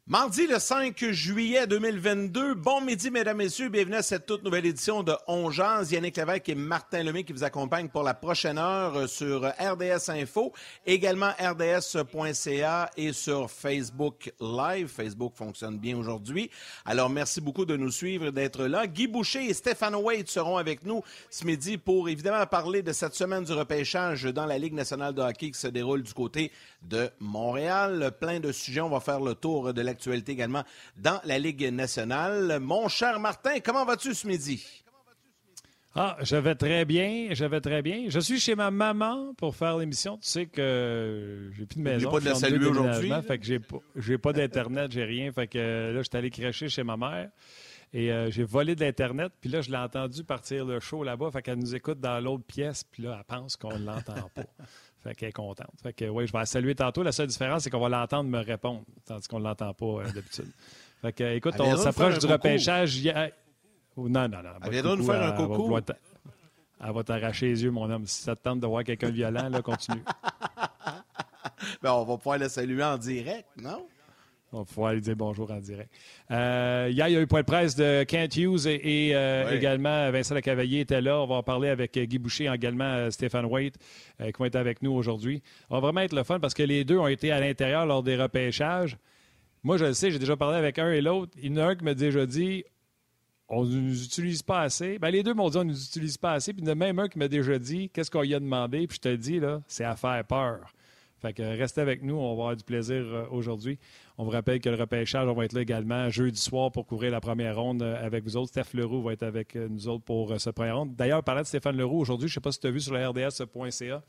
Mardi le 5 juillet 2022. Bon midi, mesdames, messieurs. Bienvenue à cette toute nouvelle édition de On Jase. Yannick Lévesque et Martin Lemay qui vous accompagnent pour la prochaine heure sur RDS Info, également rds.ca et sur Facebook Live. Facebook fonctionne bien aujourd'hui. Alors, merci beaucoup de nous suivre et d'être là. Guy Boucher et Stéphane Waite seront avec nous ce midi pour évidemment parler de cette semaine du repêchage dans la Ligue nationale de hockey qui se déroule du côté de Montréal. Plein de sujets. On va faire le tour de l'actualité également dans la Ligue nationale. Mon cher Martin, comment vas-tu ce midi? Je vais très bien, Je suis chez ma maman pour faire l'émission. Tu sais que j'ai plus de maison. J'ai pas de la saluer aujourd'hui. Fait que j'ai pas d'Internet, j'ai rien. Fait que là, je suis allé crècher chez ma mère. Et j'ai volé de l'Internet. Puis là, je l'ai entendu partir le show là-bas. Fait qu'elle nous écoute dans l'autre pièce. Puis là, elle pense qu'on ne l'entend pas. Fait qu'elle est contente. Fait que oui, je vais la saluer tantôt. La seule différence, c'est qu'on va l'entendre me répondre, tandis qu'on ne l'entend pas d'habitude. Fait que, écoute, on s'approche du repêchage. Non. Elle viendra nous faire un coucou. Elle va t'arracher les yeux, mon homme. Si ça te tente de voir quelqu'un de violent, là, continue. Ben, on va pouvoir le saluer en direct, non? On va pouvoir lui dire bonjour en direct. Hier, il y a eu point de presse de Kent Hughes et également Vincent Lecavalier était là. On va en parler avec Guy Boucher, également Stéphane Waite, qui vont être avec nous aujourd'hui. On va vraiment être le fun parce que les deux ont été à l'intérieur lors des repêchages. Moi, je le sais, j'ai déjà parlé avec un et l'autre. Il y en a un qui m'a déjà dit on ne nous utilise pas assez. Ben, les deux m'ont dit on ne nous utilise pas assez. Puis il y en a même un qui m'a déjà dit qu'est-ce qu'on y a demandé. Puis je te dis, là, c'est à faire peur. Fait que restez avec nous, on va avoir du plaisir aujourd'hui. On vous rappelle que le repêchage, on va être là également jeudi soir pour couvrir la première ronde avec vous autres. Steph Leroux va être avec nous autres pour ce première ronde. D'ailleurs, parlant de Stéphane Leroux, aujourd'hui, je ne sais pas si tu as vu sur le rds.ca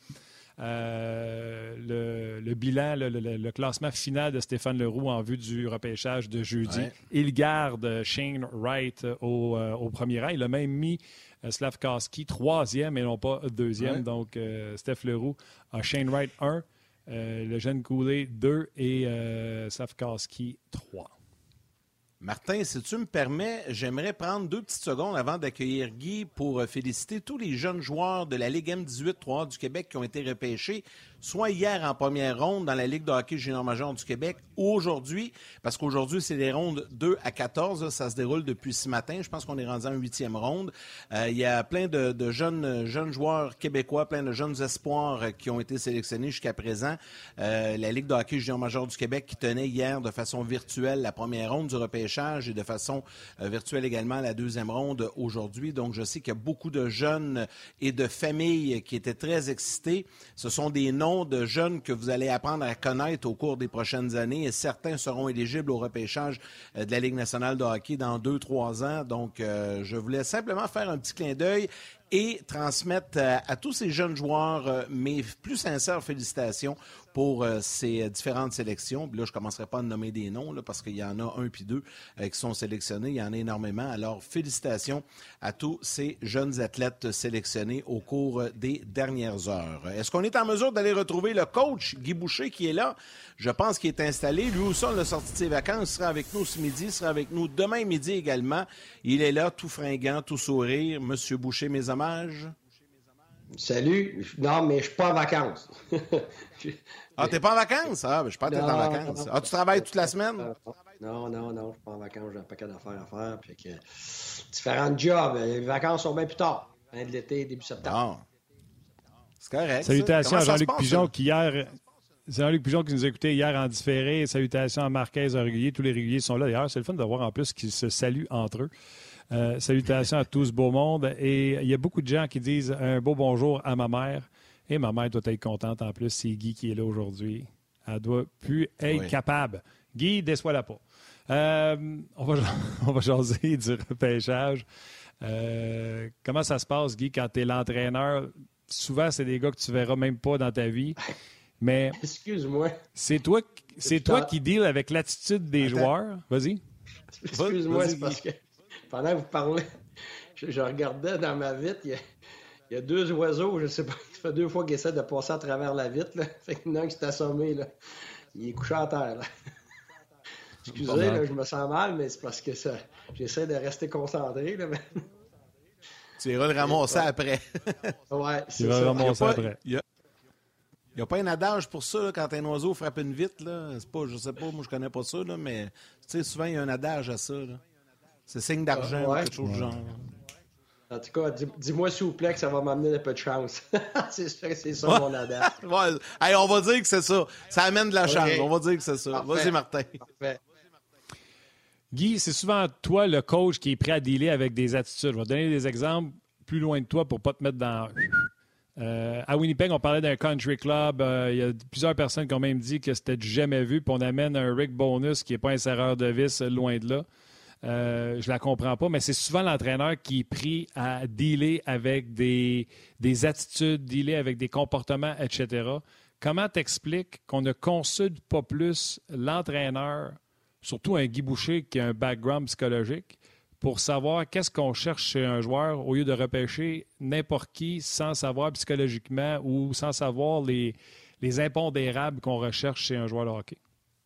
le bilan, le classement final de Stéphane Leroux en vue du repêchage de jeudi. Ouais. Il garde Shane Wright au premier rang. Il a même mis Slafkowski troisième et non pas deuxième. Ouais. Donc, Steph Leroux a Shane Wright 1. Le jeune Cooley 2 et Slafkowski 3. Martin, si tu me permets, j'aimerais prendre 2 petites secondes avant d'accueillir Guy pour féliciter tous les jeunes joueurs de la Ligue M18 3A du Québec qui ont été repêchés, soit hier en première ronde dans la Ligue de hockey junior major du Québec ou aujourd'hui, parce qu'aujourd'hui, c'est les rondes 2 à 14. Là, ça se déroule depuis ce matin. Je pense qu'on est rendu en 8e ronde. Il y a plein de jeunes joueurs québécois, plein de jeunes espoirs qui ont été sélectionnés jusqu'à présent. La Ligue de hockey junior major du Québec qui tenait hier de façon virtuelle la première ronde du repêchage et de façon virtuelle également la deuxième ronde aujourd'hui. Donc, je sais qu'il y a beaucoup de jeunes et de familles qui étaient très excités. Ce sont des noms de jeunes que vous allez apprendre à connaître au cours des prochaines années et certains seront éligibles au repêchage de la Ligue nationale de hockey dans 2-3 ans. Donc, je voulais simplement faire un petit clin d'œil et transmettre à tous ces jeunes joueurs mes plus sincères félicitations pour ces différentes sélections. Puis là, je ne commencerai pas à nommer des noms là, parce qu'il y en a 1 puis 2 qui sont sélectionnés. Il y en a énormément. Alors, félicitations à tous ces jeunes athlètes sélectionnés au cours des dernières heures. Est-ce qu'on est en mesure d'aller retrouver le coach Guy Boucher qui est là? Je pense qu'il est installé. Lui aussi, on l'a sorti de ses vacances. Il sera avec nous ce midi. Il sera avec nous demain midi également. Il est là, tout fringant, tout sourire. Monsieur Boucher, mes hommages. Salut. Non, mais je suis pas en vacances. T'es pas en vacances? Ah, ben, je pense que t'es en vacances. Ah, tu travailles toute la semaine? Non, je suis pas en vacances. J'ai un paquet d'affaires à faire. Puis que différents jobs. Les vacances sont bien plus tard. Fin de l'été, début septembre. C'est correct. Salutations à Jean-Luc Pigeon qui hier... Jean-Luc Pigeon qui nous a écoutés hier en différé. Salutations à Marquez, à régulier. Tous les réguliers sont là. D'ailleurs, c'est le fun de voir en plus qu'ils se saluent entre eux. Salutations à tout ce beau monde. Et il y a beaucoup de gens qui disent un beau bonjour à ma mère. Et ma mère doit être contente en plus. C'est Guy qui est là aujourd'hui. Elle doit plus être capable. Guy, déçois-la pas. On va jaser du repêchage. Comment ça se passe, Guy, quand tu es l'entraîneur? Souvent, c'est des gars que tu verras même pas dans ta vie. Mais excuse-moi. C'est toi qui deals avec l'attitude des joueurs. Vas-y. Excuse-moi, c'est parce que pendant que vous parlez, je regardais dans ma vitre, il y a 2 oiseaux, je ne sais pas, ça fait 2 fois qu'ils essaient de passer à travers la vitre. Là. Fait qu'il y en a un qui s'est assommé. Là. Il est couché à terre. Là. Excusez, là, je me sens mal, mais c'est parce que j'essaie de rester concentré. Là, mais... Tu iras le ramasser après. Ouais, tu vas le ramasser après. Il n'y a pas un adage pour ça, là, quand un oiseau frappe une vitre, là. C'est pas, je sais pas, moi je connais pas ça, là, mais souvent il y a un adage à ça. Là. C'est signe d'argent ou quelque chose du genre. En tout cas, dis-moi s'il vous plaît que ça va m'amener un peu de chance. c'est ça mon adage. Hey, on va dire que c'est ça. Ça amène de la chance. On va dire que c'est ça. Parfait. Vas-y, Martin. Parfait. Guy, c'est souvent toi, le coach, qui est prêt à dealer avec des attitudes. Je vais te donner des exemples plus loin de toi pour ne pas te mettre dans... à Winnipeg, on parlait d'un country club. Il y a plusieurs personnes qui ont même dit que c'était du jamais vu. Puis on amène un Rick Bonus qui n'est pas un serreur de vis, loin de là. Je la comprends pas, mais c'est souvent l'entraîneur qui est pris à dealer avec des attitudes, dealer avec des comportements, etc. Comment t'expliques qu'on ne consulte pas plus l'entraîneur, surtout un Guy Boucher qui a un background psychologique, pour savoir qu'est-ce qu'on cherche chez un joueur au lieu de repêcher n'importe qui sans savoir psychologiquement ou sans savoir les impondérables qu'on recherche chez un joueur de hockey?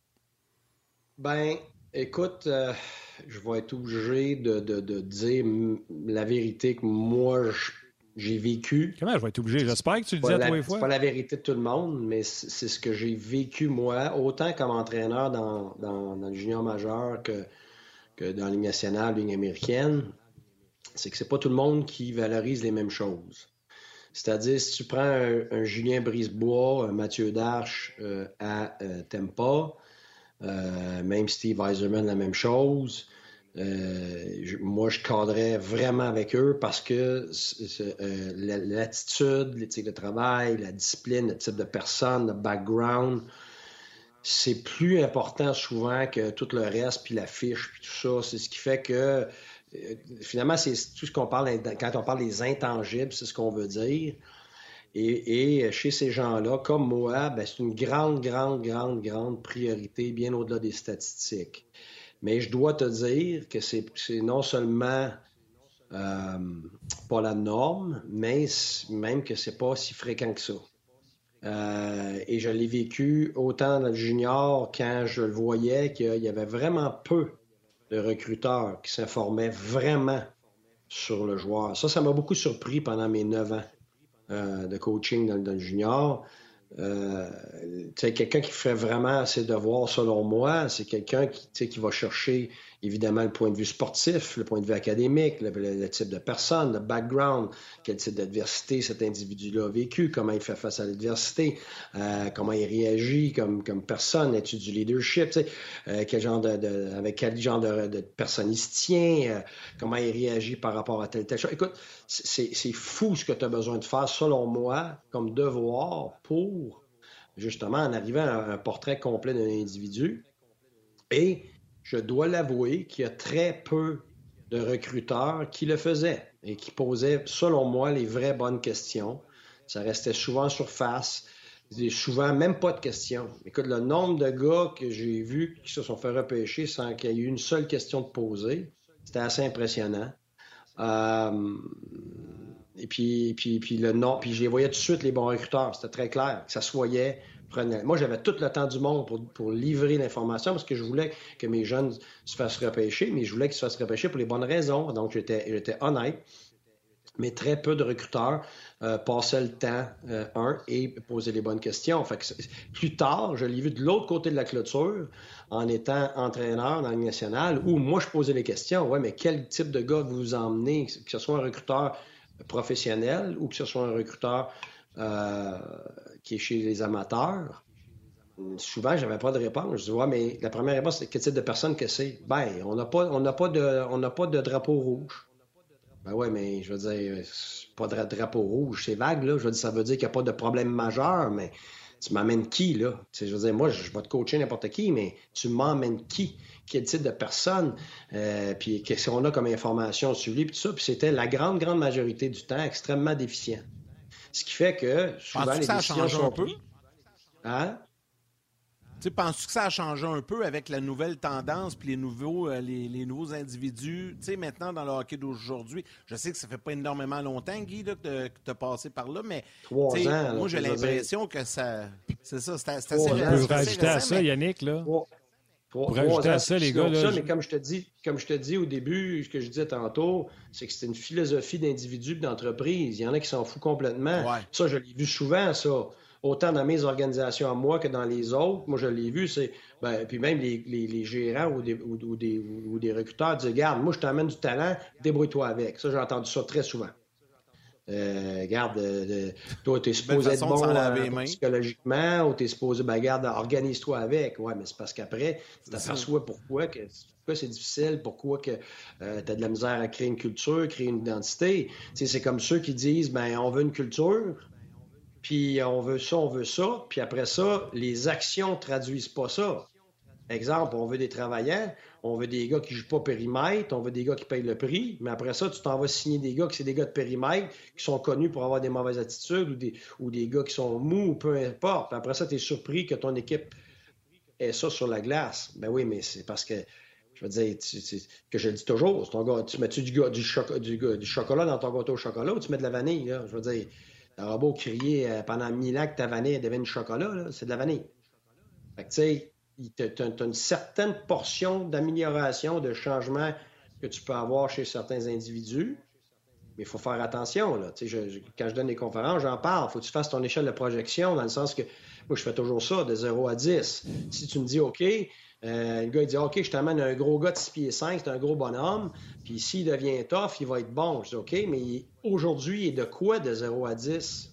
Ben, écoute, je vais être obligé de dire la vérité que moi, j'ai vécu. Comment je vais être obligé? J'espère que tu le dis à tous les fois. C'est pas la vérité de tout le monde, mais c'est ce que j'ai vécu moi, autant comme entraîneur dans le junior majeur que dans la Ligue nationale, la Ligue américaine. C'est que c'est pas tout le monde qui valorise les mêmes choses. C'est-à-dire, si tu prends un Julien Brisebois, un Mathieu Darche à Tampa, même Steve Yzerman, la même chose. Moi, je cadrais vraiment avec eux parce que l'attitude, l'éthique de travail, la discipline, le type de personne, le background, c'est plus important souvent que tout le reste, puis la fiche, puis tout ça. C'est ce qui fait que, finalement, c'est tout ce qu'on parle, quand on parle des intangibles, c'est ce qu'on veut dire. Et chez ces gens-là, comme moi, ben, c'est une grande priorité, bien au-delà des statistiques. Mais je dois te dire que c'est non seulement pas la norme, mais même que c'est pas si fréquent que ça. Et je l'ai vécu autant dans le junior quand je le voyais qu'il y avait vraiment peu de recruteurs qui s'informaient vraiment sur le joueur. Ça m'a beaucoup surpris pendant mes 9 ans de coaching dans le junior. Quelqu'un qui fait vraiment ses devoirs, selon moi, c'est quelqu'un qui va chercher évidemment le point de vue sportif, le point de vue académique, le type de personne, le background, quel type d'adversité cet individu-là a vécu, comment il fait face à l'adversité, comment il réagit comme personne, as-tu du leadership, avec quel genre de personne il se tient, comment il réagit par rapport à telle chose. Écoute, c'est fou ce que tu as besoin de faire, selon moi, comme devoir pour justement en arriver à un portrait complet d'un individu. Et je dois l'avouer qu'il y a très peu de recruteurs qui le faisaient et qui posaient, selon moi, les vraies bonnes questions. Ça restait souvent en surface, souvent même pas de questions. Écoute, le nombre de gars que j'ai vus qui se sont fait repêcher sans qu'il y ait eu une seule question de poser, c'était assez impressionnant. Et puis le nom, puis je les voyais tout de suite, les bons recruteurs. C'était très clair, que ça se voyait. Moi, j'avais tout le temps du monde pour livrer l'information parce que je voulais que mes jeunes se fassent repêcher, mais je voulais qu'ils se fassent repêcher pour les bonnes raisons. Donc, j'étais honnête. Mais très peu de recruteurs passaient le temps, et posaient les bonnes questions. Fait que plus tard, je l'ai vu de l'autre côté de la clôture, en étant entraîneur dans la Ligue nationale, où moi, je posais les questions. Ouais, mais quel type de gars vous emmenez, que ce soit un recruteur professionnel ou que ce soit un recruteur qui est chez les amateurs? Souvent, j'avais pas de réponse. Je dis, ouais, mais la première réponse, c'est quel type de personne que c'est? Ben, on n'a pas de drapeau rouge. Ben ouais, mais je veux dire, pas de drapeau rouge, c'est vague, là. Je veux dire, ça veut dire qu'il n'y a pas de problème majeur, mais tu m'emmènes qui, là? Tu sais, je veux dire, moi, je vais te coacher n'importe qui, mais tu m'emmènes qui? Quel type de personne? Puis qu'est-ce qu'on a comme information sur lui, puis tout ça. Puis c'était la grande majorité du temps extrêmement déficient. Ce qui fait que souvent, les décisions sont prises. Hein? Penses-tu que ça a changé un peu avec la nouvelle tendance puis les nouveaux individus? Tu sais, maintenant, dans le hockey d'aujourd'hui, je sais que ça fait pas énormément longtemps, Guy, là, que tu as passé par là, mais 3 ans, moi, j'ai l'impression que ça... C'est ça, c'est assez récent. On peut rajouter à ça, Yannick, là. Pour rajouter à ça, les gars, là... Mais comme je te dis au début, ce que je disais tantôt, c'est que c'est une philosophie d'individu et d'entreprise. Il y en a qui s'en foutent complètement. Ouais. Ça, je l'ai vu souvent, ça. autant dans mes organisations à moi que dans les autres. Moi, je l'ai vu, puis même les gérants ou des recruteurs disent, regarde, moi, je t'emmène du talent, débrouille-toi avec. Ça, j'ai entendu ça très souvent. Regarde, toi, t'es supposé être bon psychologiquement, ou t'es supposé, regarde, organise-toi avec. Ouais, mais c'est parce qu'après, tu t'aperçois pourquoi c'est difficile, pourquoi que t'as de la misère à créer une culture, créer une identité. T'sais, c'est comme ceux qui disent, on veut une culture, puis on veut ça, puis après ça, les actions traduisent pas ça. Exemple, on veut des travailleurs, on veut des gars qui ne jouent pas périmètre, on veut des gars qui payent le prix, mais après ça, tu t'en vas signer des gars qui sont des gars de périmètre, qui sont connus pour avoir des mauvaises attitudes ou des gars qui sont mous, ou peu importe. Puis après ça, tu es surpris que ton équipe ait ça sur la glace. Ben oui, mais c'est parce que, je veux dire, que je le dis toujours, tu mets-tu du chocolat dans ton gâteau au chocolat ou tu mets de la vanille? Là? Je veux dire, t'auras beau crier pendant 1000 ans que ta vanille devient du chocolat, là, c'est de la vanille. Fait que tu sais, tu as une certaine portion d'amélioration, de changement que tu peux avoir chez certains individus, mais il faut faire attention. Là. Quand je donne des conférences, j'en parle. Il faut que tu fasses ton échelle de projection dans le sens que, moi, je fais toujours ça, de 0 à 10. Si tu me dis, OK, le gars, il dit, OK, je t'amène un gros gars de 6 pieds 5, c'est un gros bonhomme, puis s'il devient tough, il va être bon. Je dis, OK, mais aujourd'hui, il est de quoi de 0 à 10?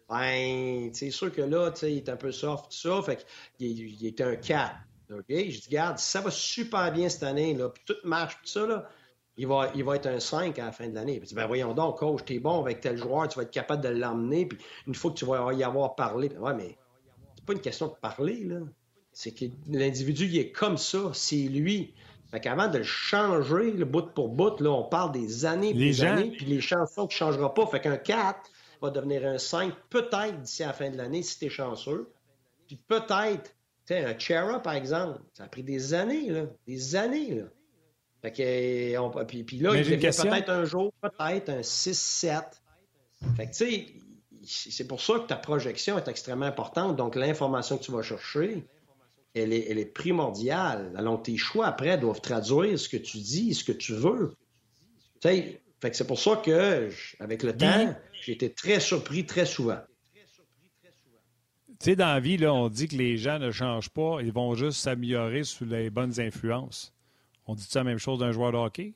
Ben, c'est sûr que là, il est un peu soft, tout ça, fait qu'il est un 4. OK? Je dis, regarde, si ça va super bien cette année, là, puis tout marche, tout ça, là, il va être un 5 à la fin de l'année. Puis, voyons donc, coach, t'es bon avec tel joueur, tu vas être capable de l'emmener, puis une fois que tu vas y avoir parlé, ouais, mais c'est pas une question de parler, là. C'est que l'individu, il est comme ça, c'est lui. Fait qu'avant de le changer, le bout pour bout, là, on parle des années, puis les chansons qui ne changera pas. Fait qu'un 4 va devenir un 5, peut-être d'ici à la fin de l'année, si tu es chanceux. Puis peut-être, tu sais, un Chera, par exemple, ça a pris des années, là. Des années, là. Fait que, puis là, il devient peut-être un jour, peut-être un 6-7. Fait que, tu sais, c'est pour ça que ta projection est extrêmement importante. Donc, l'information que tu vas chercher, elle est primordiale. Alors, tes choix, après, doivent traduire ce que tu dis, ce que tu veux. Tu sais, fait que c'est pour ça que, avec le temps, j'ai été très surpris très souvent. Tu sais, dans la vie, là, on dit que les gens ne changent pas, ils vont juste s'améliorer sous les bonnes influences. On dit la même chose d'un joueur de hockey?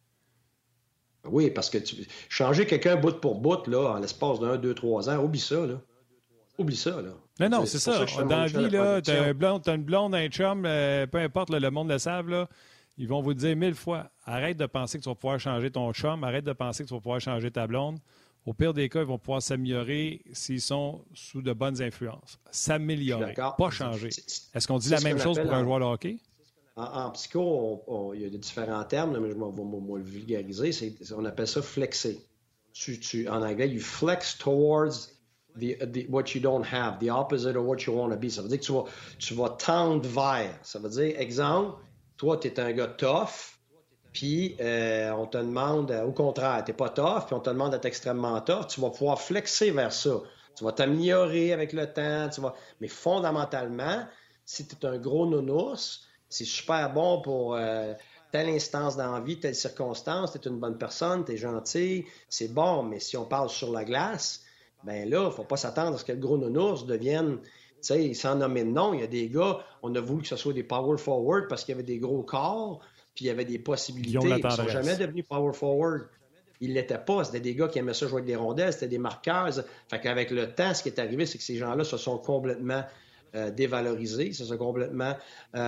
Oui, parce que changer quelqu'un bout pour bout, là, en l'espace d'1, 2, 3 ans, oublie ça, là. Oublie ça, là. Non, c'est ça. Dans la vie, là, t'as une blonde, un chum, peu importe, le monde le savent, là. Ils vont vous dire 1000 fois, arrête de penser que tu vas pouvoir changer ton chum, arrête de penser que tu vas pouvoir changer ta blonde. Au pire des cas, ils vont pouvoir s'améliorer s'ils sont sous de bonnes influences. S'améliorer, pas changer. Est-ce qu'on dit la même chose pour un joueur de hockey? En psycho, il y a différents termes, mais je vais le vulgariser. On appelle ça flexer. En anglais, you flex towards what you don't have, the opposite of what you want to be. Ça veut dire que tu vas tendre vers. Ça veut dire, exemple, toi, tu es un gars tough, puis on te demande, au contraire, tu n'es pas tough, puis on te demande d'être extrêmement tough, tu vas pouvoir flexer vers ça. Tu vas t'améliorer avec le temps, mais fondamentalement, si tu es un gros nounours, c'est super bon pour telle instance dans la vie, telle circonstance, tu es une bonne personne, tu es gentil, c'est bon, mais si on parle sur la glace, ben là, il ne faut pas s'attendre à ce que le gros nounours devienne, tu sais, sans nommer de nom, il y a des gars, on a voulu que ce soit des power forward parce qu'il y avait des gros corps, puis il y avait des possibilités. Ils ne sont jamais devenus power forward. Ils ne l'étaient pas. C'était des gars qui aimaient ça jouer avec des rondelles, c'était des marqueurs. Fait qu'avec le temps, ce qui est arrivé, c'est que ces gens-là se sont complètement dévalorisés, se sont complètement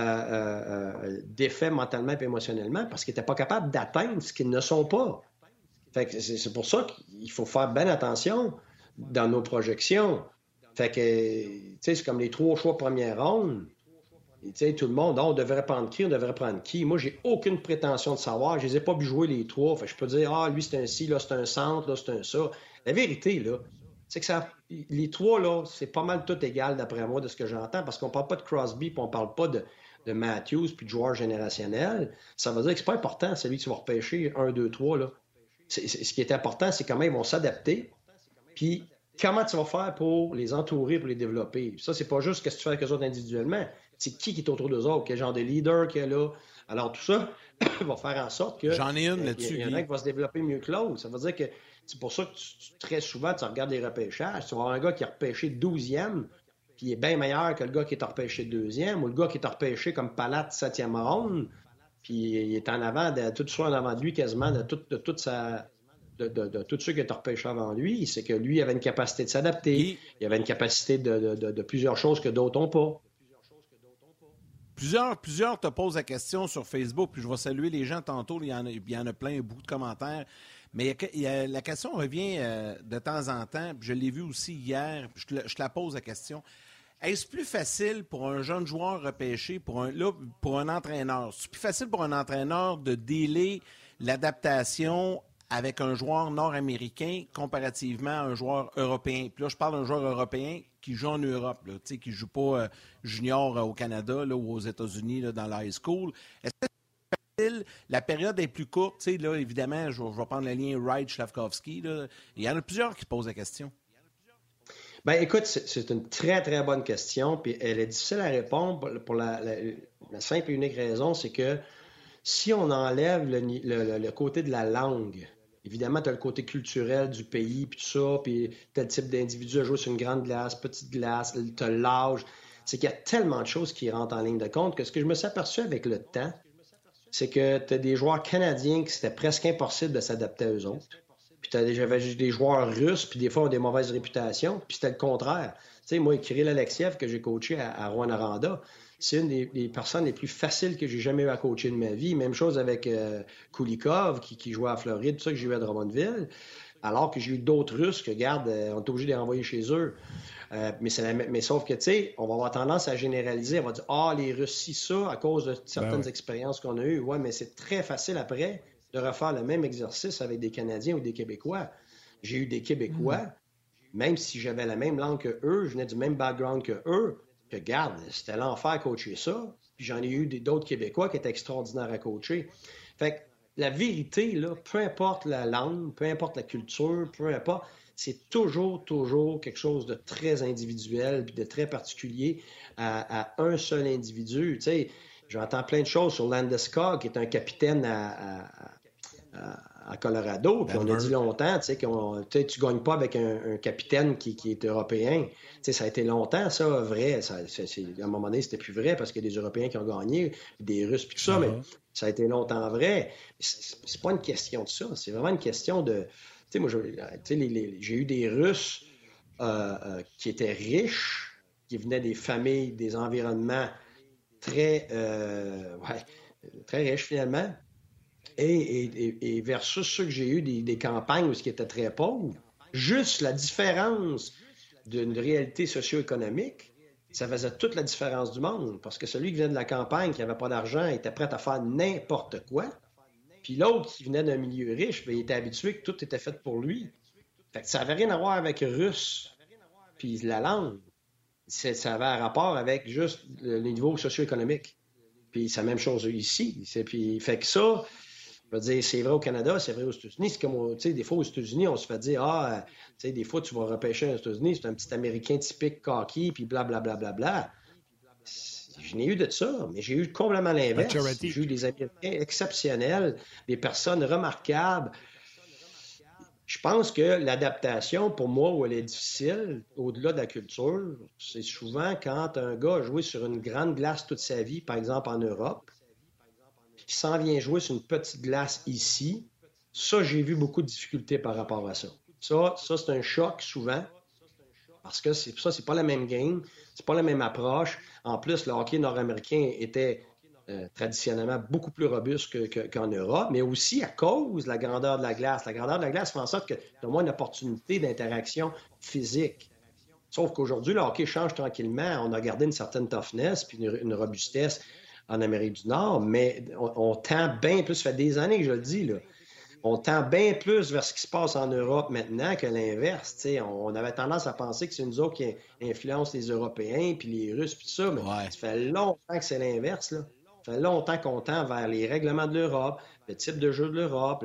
défaits mentalement et émotionnellement parce qu'ils n'étaient pas capables d'atteindre ce qu'ils ne sont pas. Fait que c'est pour ça qu'il faut faire bien attention dans nos projections. Fait que, tu sais, c'est comme les 3 choix première ronde. Tu sais, tout le monde, on devrait prendre qui, on devrait prendre qui. Moi, j'ai aucune prétention de savoir. Je les ai pas vu jouer les 3. Fait que je peux dire, lui, c'est un ci, là, c'est un centre, là, c'est un ça. La vérité, là, c'est que les 3, là, c'est pas mal tout égal, d'après moi, de ce que j'entends, parce qu'on parle pas de Crosby, puis on parle pas de Matthews, puis de joueurs générationnels. Ça veut dire que c'est pas important, celui que tu vas repêcher, 1, 2, 3, là. Ce qui est important, c'est comment ils vont s'adapter, puis comment tu vas faire pour les entourer, pour les développer. Ça, c'est pas juste ce que tu fais avec eux autres individuellement. c'est qui est autour d'eux autres, quel genre de leader qu'il y a là. Alors, tout ça va faire en sorte que... J'en ai une là-dessus, il y en a qui va se développer mieux que l'autre. Ça veut dire que c'est pour ça que très souvent, tu regardes les repêchages, tu vas avoir un gars qui a repêché 12e, puis il est bien meilleur que le gars qui est repêché 2e, ou le gars qui est repêché comme Palat 7e ronde, puis il est en avant, tout soit en avant de lui quasiment, de tous ceux qui étaient repêchés avant lui. C'est que lui avait une capacité de s'adapter, il avait une capacité de plusieurs choses que d'autres n'ont pas. Plusieurs te posent la question sur Facebook, puis je vais saluer les gens tantôt, il y en a plein, beaucoup de commentaires. Mais la question revient de temps en temps, puis je l'ai vu aussi hier, puis je te la pose la question. Est-ce plus facile pour un jeune joueur repêché, pour un entraîneur? C'est plus facile pour un entraîneur de dealer l'adaptation avec un joueur nord-américain comparativement à un joueur européen? Puis là, je parle d'un joueur européen qui joue en Europe, là, qui ne joue pas junior au Canada là, ou aux États-Unis là, dans l'high school. Est-ce que c'est facile? La période est plus courte. Là, évidemment, je vais prendre le lien Wright-Slavkovski. Il y en a plusieurs qui posent la question. Ben, écoute, c'est une très, très bonne question, puis elle est difficile à répondre pour la simple et unique raison, c'est que si on enlève le côté de la langue, évidemment, tu as le côté culturel du pays, puis tout ça, puis tel type d'individu a joué sur une grande glace, petite glace, tu as l'âge, c'est qu'il y a tellement de choses qui rentrent en ligne de compte que ce que je me suis aperçu avec le temps, c'est que tu as des joueurs canadiens qui c'était presque impossible de s'adapter à eux autres. Puis j'avais des joueurs russes, puis des fois, ils ont des mauvaises réputations. Puis c'était le contraire. Tu sais, moi, Kirill Alexiev, que j'ai coaché à Rouyn-Noranda, c'est une des personnes les plus faciles que j'ai jamais eu à coacher de ma vie. Même chose avec Kulikov, qui jouait à Floride, tout ça que j'ai eu à Drummondville. Alors que j'ai eu d'autres Russes que, regarde, on est obligé de les renvoyer chez eux. Mais sauf que, tu sais, on va avoir tendance à généraliser. On va dire, les Russes, si ça, à cause de certaines expériences qu'on a eues. Ouais, mais c'est très facile après de refaire le même exercice avec des Canadiens ou des Québécois. J'ai eu des Québécois, même si j'avais la même langue que eux, je venais du même background que eux, que garde, c'était l'enfer à coacher ça. Puis j'en ai eu d'autres Québécois qui étaient extraordinaires à coacher. Fait que la vérité, là, peu importe la langue, peu importe la culture, peu importe, c'est toujours quelque chose de très individuel puis de très particulier à un seul individu. Tu sais, j'entends plein de choses sur Landeskog, qui est un capitaine à Colorado. Puis on a dit longtemps, tu sais, tu gagnes pas avec un capitaine qui est européen. Tu sais, ça a été longtemps, ça, vrai. À un moment donné, c'était plus vrai parce qu'il y a des Européens qui ont gagné, des Russes, puis tout ça, mais ça a été longtemps vrai. C'est pas une question de ça. C'est vraiment une question de... Tu sais, moi, j'ai eu des Russes qui étaient riches, qui venaient des familles, des environnements très riches, finalement. Et versus ceux que j'ai eu des campagnes où ce qui était très pauvre, juste la différence d'une réalité socio-économique, ça faisait toute la différence du monde. Parce que celui qui venait de la campagne, qui n'avait pas d'argent, était prêt à faire n'importe quoi. Puis l'autre qui venait d'un milieu riche, bien, il était habitué que tout était fait pour lui. Fait que ça n'avait rien à voir avec russe, puis la langue. Ça avait un rapport avec juste le niveau socio-économique. Puis c'est la même chose ici. Puis, fait que ça... Je veux dire, c'est vrai au Canada, c'est vrai aux États-Unis. C'est comme, tu sais, des fois aux États-Unis, on se fait dire, tu sais, des fois tu vas repêcher aux États-Unis, c'est un petit Américain typique cocky, puis blablabla. Bla, bla, bla. Je n'ai eu de ça, mais j'ai eu complètement l'inverse. J'ai eu des Américains exceptionnels, des personnes remarquables. Je pense que l'adaptation, pour moi, où elle est difficile, au-delà de la culture, c'est souvent quand un gars a joué sur une grande glace toute sa vie, par exemple en Europe, qui s'en vient jouer sur une petite glace ici, ça, j'ai vu beaucoup de difficultés par rapport à ça. Ça, c'est un choc souvent, parce que c'est pas la même game, c'est pas la même approche. En plus, le hockey nord-américain était traditionnellement beaucoup plus robuste qu'en Europe, mais aussi à cause de la grandeur de la glace. La grandeur de la glace fait en sorte que tu as moins d'opportunités d'interaction physique. Sauf qu'aujourd'hui, le hockey change tranquillement. On a gardé une certaine toughness puis une robustesse en Amérique du Nord, mais on tend bien plus, ça fait des années que je le dis, là, on tend bien plus vers ce qui se passe en Europe maintenant que l'inverse. T'sais. On avait tendance à penser que c'est nous autres qui influencent les Européens, puis les Russes, puis tout ça, mais ça fait longtemps que c'est l'inverse. Là. Ça fait longtemps qu'on tend vers les règlements de l'Europe, le type de jeu de l'Europe,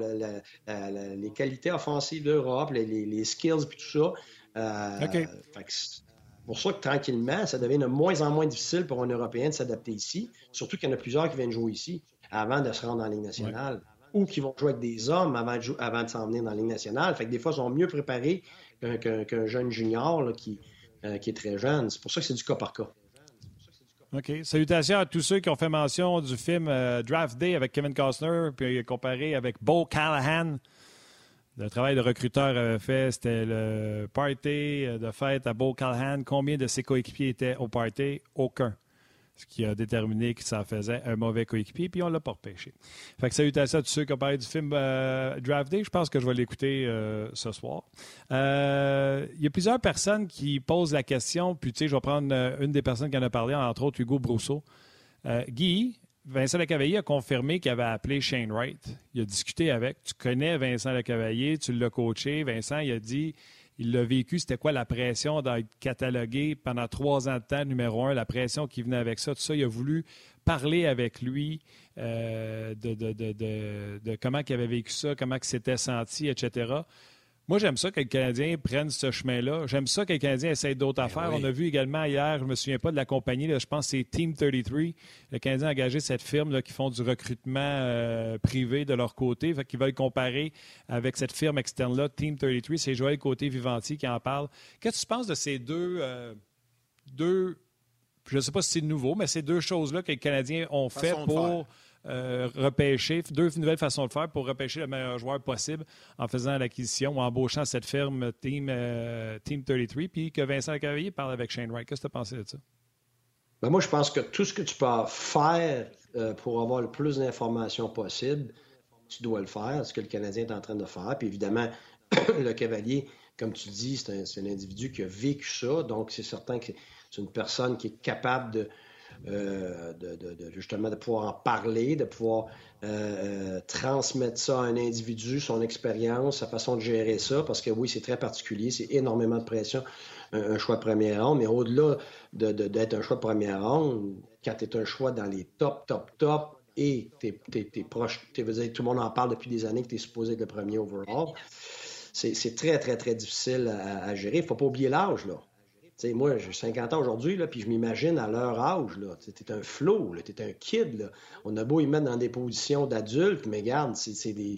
les qualités offensives de l'Europe, les skills, puis tout ça. Fait que pour ça que tranquillement, ça devient de moins en moins difficile pour un Européen de s'adapter ici, surtout qu'il y en a plusieurs qui viennent jouer ici avant de se rendre dans la Ligue nationale ou qui vont jouer avec des hommes avant de s'en venir dans la Ligue nationale. Fait que des fois, ils sont mieux préparés qu'un jeune junior là, qui est très jeune. C'est pour ça que c'est du cas par cas. OK. Salutations à tous ceux qui ont fait mention du film Draft Day avec Kevin Costner, puis comparé avec Bo Callahan. Le travail de recruteur avait fait, c'était le party de fête à Bo Callahan. Combien de ses coéquipiers étaient au party? Aucun. Ce qui a déterminé que ça faisait un mauvais coéquipier, puis on ne l'a pas repêché. Fait que salutations à tous ceux qui ont parlé du film Draft Day. Je pense que je vais l'écouter ce soir. Il y a plusieurs personnes qui posent la question, puis tu sais, je vais prendre une des personnes qui en a parlé, entre autres Hugo Brousseau. Guy, Vincent Lecavalier a confirmé qu'il avait appelé Shane Wright. Il a discuté avec. Tu connais Vincent Lecavalier, tu l'as coaché. Vincent, il a dit... Il l'a vécu, c'était quoi la pression d'être catalogué pendant 3 ans de temps, numéro 1, la pression qui venait avec ça, tout ça. Il a voulu parler avec lui de comment il avait vécu ça, comment il s'était senti, etc. Moi, j'aime ça que le Canadien prenne ce chemin-là. J'aime ça que le Canadien essaye d'autres affaires. Oui. On a vu également hier, je ne me souviens pas de la compagnie, là, je pense que c'est Team 33. Le Canadien a engagé cette firme là, qui font du recrutement privé de leur côté. Fait qu'ils veulent comparer avec cette firme externe-là, Team 33. C'est Joël Côté-Vivanti qui en parle. Qu'est-ce que tu penses de ces deux je ne sais pas si c'est nouveau, mais ces deux choses-là que les Canadiens ont fait pour... repêcher, 2 nouvelles façons de faire pour repêcher le meilleur joueur possible en faisant l'acquisition ou en embauchant cette firme Team 33, puis que Vincent Lecavalier parle avec Shane Wright. Qu'est-ce que tu as pensé de ça? Ben moi, je pense que tout ce que tu peux faire pour avoir le plus d'informations possible, tu dois le faire, ce que le Canadien est en train de faire. Puis évidemment, le Cavalier, comme tu dis, c'est un individu qui a vécu ça, donc c'est certain que c'est une personne qui est capable justement de pouvoir en parler, de pouvoir transmettre ça à un individu, son expérience, sa façon de gérer ça, parce que oui, c'est très particulier, c'est énormément de pression, un choix de première ronde, mais au-delà d'être un choix de première ronde, quand tu es un choix dans les top, et t'es proche, tout le monde en parle depuis des années que tu es supposé être le premier overall, c'est très, très, très difficile à gérer. Il ne faut pas oublier l'âge, là. T'sais, moi, j'ai 50 ans aujourd'hui, là, puis je m'imagine à leur âge, tu es un flot, tu es un kid. Là. On a beau y mettre dans des positions d'adultes, mais regarde, c'est des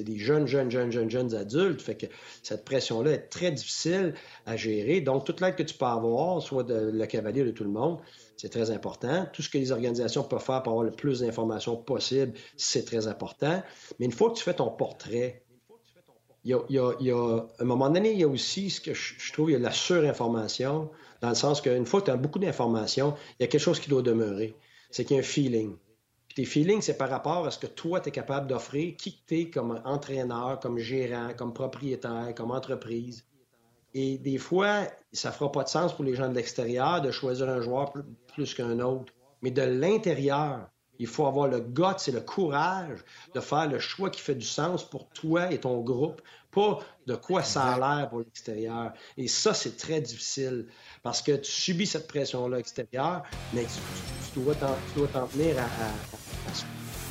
jeunes adultes. Fait que cette pression-là est très difficile à gérer. Donc, toute l'aide que tu peux avoir, soit de le Cavalier ou de tout le monde, c'est très important. Tout ce que les organisations peuvent faire pour avoir le plus d'informations possible, c'est très important. Mais une fois que tu fais ton portrait, il y a, à un moment donné, il y a aussi ce que je trouve, il y a de la surinformation, dans le sens qu'une fois que tu as beaucoup d'informations, il y a quelque chose qui doit demeurer. C'est qu'il y a un feeling. Puis tes feelings, c'est par rapport à ce que toi, tu es capable d'offrir, qui tu es comme entraîneur, comme gérant, comme propriétaire, comme entreprise. Et des fois, ça ne fera pas de sens pour les gens de l'extérieur de choisir un joueur plus qu'un autre. Mais de l'intérieur, il faut avoir le guts et le courage de faire le choix qui fait du sens pour toi et ton groupe, pas de quoi ça a l'air pour l'extérieur. Et ça, c'est très difficile parce que tu subis cette pression-là extérieure, mais tu dois t'en tenir à ça.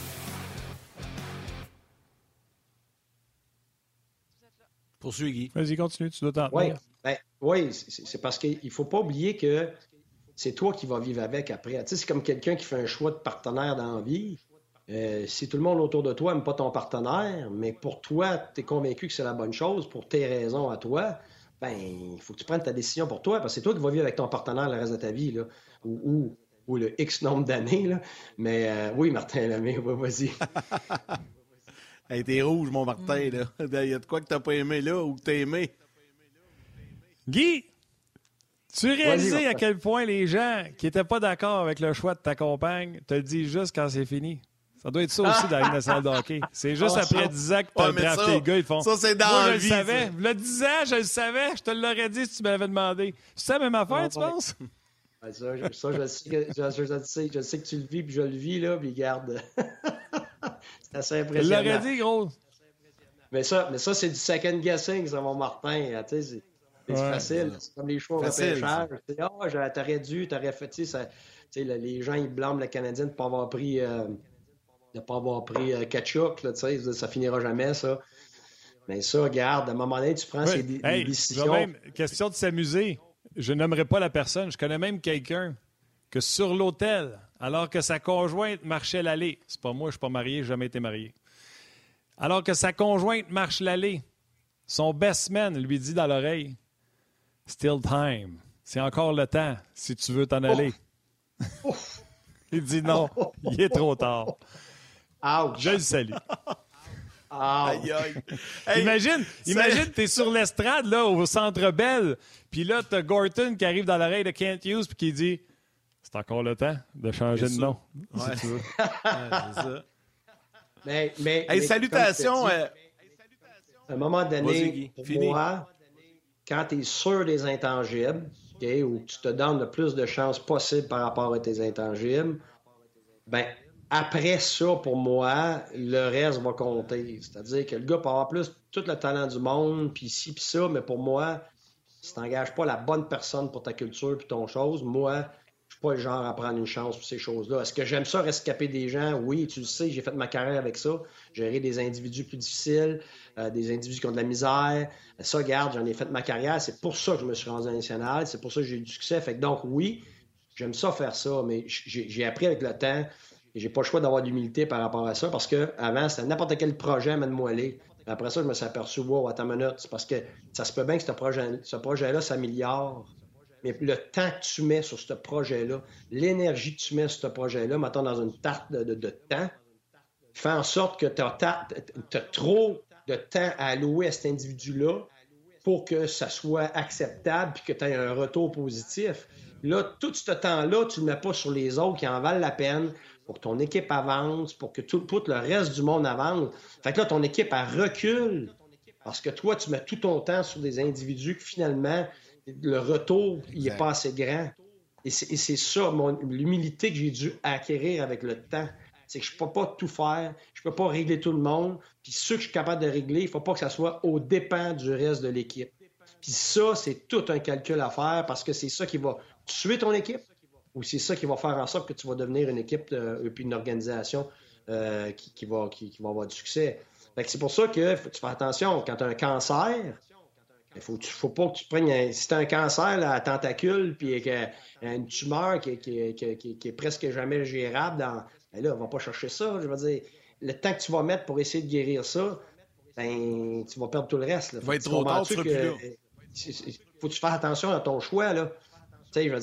Poursuis, Guy. Vas-y, continue, tu dois t'en tenir. Oui, c'est parce qu'il ne faut pas oublier que c'est toi qui vas vivre avec après. Tu sais, c'est comme quelqu'un qui fait un choix de partenaire dans la vie. Si tout le monde autour de toi n'aime pas ton partenaire, mais pour toi, tu es convaincu que c'est la bonne chose, pour tes raisons à toi, ben il faut que tu prennes ta décision pour toi, parce que c'est toi qui vas vivre avec ton partenaire le reste de ta vie, là, ou le X nombre d'années. Là. Mais oui, Martin Lemay, vas-y. Hey, t'es rouge, mon Martin. Il y a de quoi que t'as pas aimé là ou que t'as aimé? Guy! Tu réalises à quel point les gens qui n'étaient pas d'accord avec le choix de ta compagne te le disent juste quand c'est fini. Ça doit être ça aussi dans la Ligue nationale de hockey. C'est juste après 10 ans que tu as drafté les gars, ils font... Ça, c'est dans moi, la je vie. le savais. Le 10 ans, je le savais. Je te l'aurais dit si tu m'avais demandé. C'est la même affaire, tu penses? Ça, je sais que tu le vis, puis je le vis, là, puis garde. C'est assez impressionnant. Je l'aurais dit, gros. Mais ça, c'est du second guessing, ça, mon Martin. Tu sais, c'est facile. C'est comme les choix au repêchage. T'aurais dû, t'aurais fait, les gens, ils blâment le Canadien de ne pas avoir pris Tkachuk, ça finira jamais, ça. Mais ça, regarde, à un moment donné, tu prends ces décisions. Même question de s'amuser. je n'aimerais pas la personne. Je connais même quelqu'un que sur l'hôtel, alors que sa conjointe marchait l'allée, c'est pas moi, je suis pas marié, j'ai jamais été marié. Alors que sa conjointe marche l'allée, son best man lui dit dans l'oreille, « Still time. C'est encore le temps si tu veux t'en aller. » Il dit non, il est trop tard. Ouch. Je le salue. Aïe, aïe. Hey, imagine, t'es sur l'estrade là, au Centre Bell, puis là, t'as Gorton qui arrive dans l'oreille de Kent Hughes puis qui dit « C'est encore le temps de changer de nom, si tu veux. » c'est ça. Mais salutations. À un moment donné, pour moi, quand tu es sûr des intangibles, okay, ou tu te donnes le plus de chances possible par rapport à tes intangibles, ben après ça, pour moi, le reste va compter. C'est-à-dire que le gars peut avoir plus tout le talent du monde, puis ci, puis ça, mais pour moi, si tu n'engages pas la bonne personne pour ta culture puis ton chose, moi, je suis pas le genre à prendre une chance pour ces choses-là. Est-ce que j'aime ça rescaper des gens? Oui, tu le sais, j'ai fait ma carrière avec ça. Gérer des individus plus difficiles, des individus qui ont de la misère. Ça, regarde, j'en ai fait ma carrière. C'est pour ça que je me suis rendu à national. C'est pour ça que j'ai eu du succès. Fait que donc, oui, j'aime ça faire ça, mais j'ai appris avec le temps et j'ai pas le choix d'avoir de l'humilité par rapport à ça parce que avant c'était n'importe quel projet, amène-moi aller. Après ça, je me suis aperçu, wow, attends une minute, c'est parce que ça se peut bien que ce projet-là s'améliore. Mais le temps que tu mets sur ce projet-là, l'énergie que tu mets sur ce projet-là, mettons dans une tarte de temps, fait en sorte que tu as trop de temps à allouer à cet individu-là pour que ça soit acceptable et que tu aies un retour positif. Là, tout ce temps-là, tu ne le mets pas sur les autres qui en valent la peine pour que ton équipe avance, pour que tout le reste du monde avance. Fait que là, ton équipe, elle recule parce que toi, tu mets tout ton temps sur des individus que finalement, le retour, il n'est pas assez grand. Et c'est ça, l'humilité que j'ai dû acquérir avec le temps. C'est que je ne peux pas tout faire, je ne peux pas régler tout le monde. Puis ceux que je suis capable de régler, il ne faut pas que ça soit aux dépens du reste de l'équipe. Puis ça, c'est tout un calcul à faire parce que c'est ça qui va tuer ton équipe ou c'est ça qui va faire en sorte que tu vas devenir une équipe et puis une organisation qui va avoir du succès. Fait que c'est pour ça que tu fais attention. Quand tu as un cancer, il faut pas que tu prennes... Si tu as un cancer là, à tentacule puis une tumeur qui est presque jamais gérable, ben là, on va pas chercher ça. Je veux dire, le temps que tu vas mettre pour essayer de guérir ça, ben, tu vas perdre tout le reste. Là. Va être trop tard, tu seras plus là. Faut que tu fasses attention à ton choix, là. Tu sais, je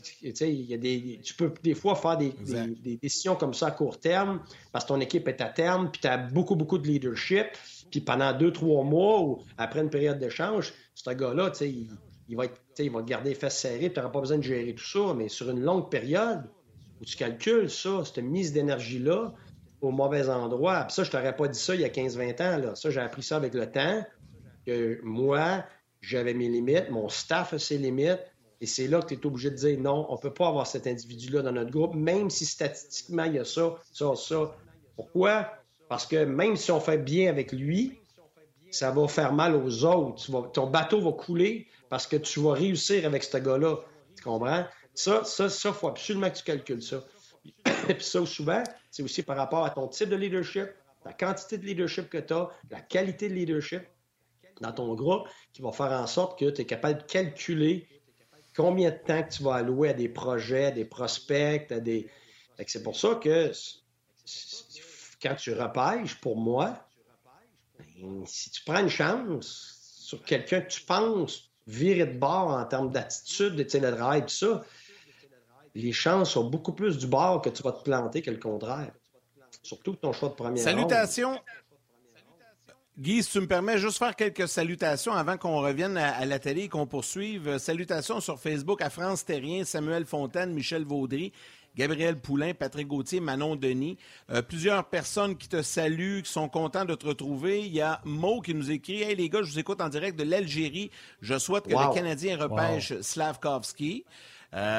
veux dire, tu peux des fois faire des décisions comme ça à court terme parce que ton équipe est à terme, puis tu as beaucoup de leadership, puis pendant 2-3 mois ou après une période d'échange, ce gars-là, tu sais, il va te garder les fesses serrées, tu n'auras pas besoin de gérer tout ça, mais sur une longue période où tu calcules ça, cette mise d'énergie-là au mauvais endroit, puis ça, je t'aurais pas dit ça il y a 15-20 ans, là. Ça, j'ai appris ça avec le temps, que moi, j'avais mes limites, mon staff a ses limites, et c'est là que tu es obligé de dire non, on ne peut pas avoir cet individu-là dans notre groupe, même si statistiquement, il y a ça. Pourquoi? Parce que même si on fait bien avec lui, ça va faire mal aux autres. Ton bateau va couler parce que tu vas réussir avec ce gars-là. Tu comprends? Ça, il faut absolument que tu calcules ça. Et puis ça, souvent, c'est aussi par rapport à ton type de leadership, la quantité de leadership que tu as, la qualité de leadership dans ton groupe qui va faire en sorte que tu es capable de calculer combien de temps que tu vas allouer à des projets, à des prospects, c'est pour ça que quand tu repêches, pour moi, si tu prends une chance sur quelqu'un que tu penses virer de bord en termes d'attitude, de télétravail, tout ça, les chances sont beaucoup plus du bord que tu vas te planter que le contraire. Surtout ton choix de première ronde. Salutations. Guy, si tu me permets, juste faire quelques salutations avant qu'on revienne à la télé et qu'on poursuive. Salutations sur Facebook à France Terrien, Samuel Fontaine, Michel Vaudry, Gabriel Poulain, Patrick Gauthier, Manon Denis. Plusieurs personnes qui te saluent, qui sont contents de te retrouver. Il y a Mo qui nous écrit « Hey les gars, je vous écoute en direct de l'Algérie. Je souhaite que le Canadien repêche Slavkovski. »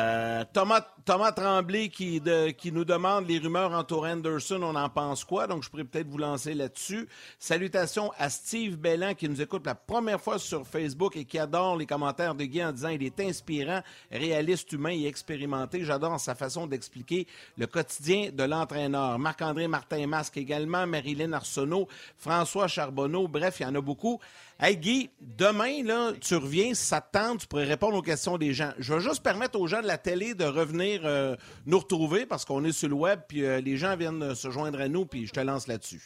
Thomas Thomas Tremblay qui nous demande les rumeurs entourant Anderson, on en pense quoi? Donc, je pourrais peut-être vous lancer là-dessus. Salutations à Steve Bellan qui nous écoute la première fois sur Facebook et qui adore les commentaires de Guy en disant il est inspirant, réaliste, humain et expérimenté. J'adore sa façon d'expliquer le quotidien de l'entraîneur. Marc-André Martin-Masque également, Marilyn Arsenault, François Charbonneau, bref, il y en a beaucoup. Hey Guy, demain, là, tu reviens, si ça te tente, tu pourrais répondre aux questions des gens. Je vais juste permettre aux gens de la télé de revenir nous retrouver parce qu'on est sur le web, puis les gens viennent se joindre à nous, puis je te lance là-dessus.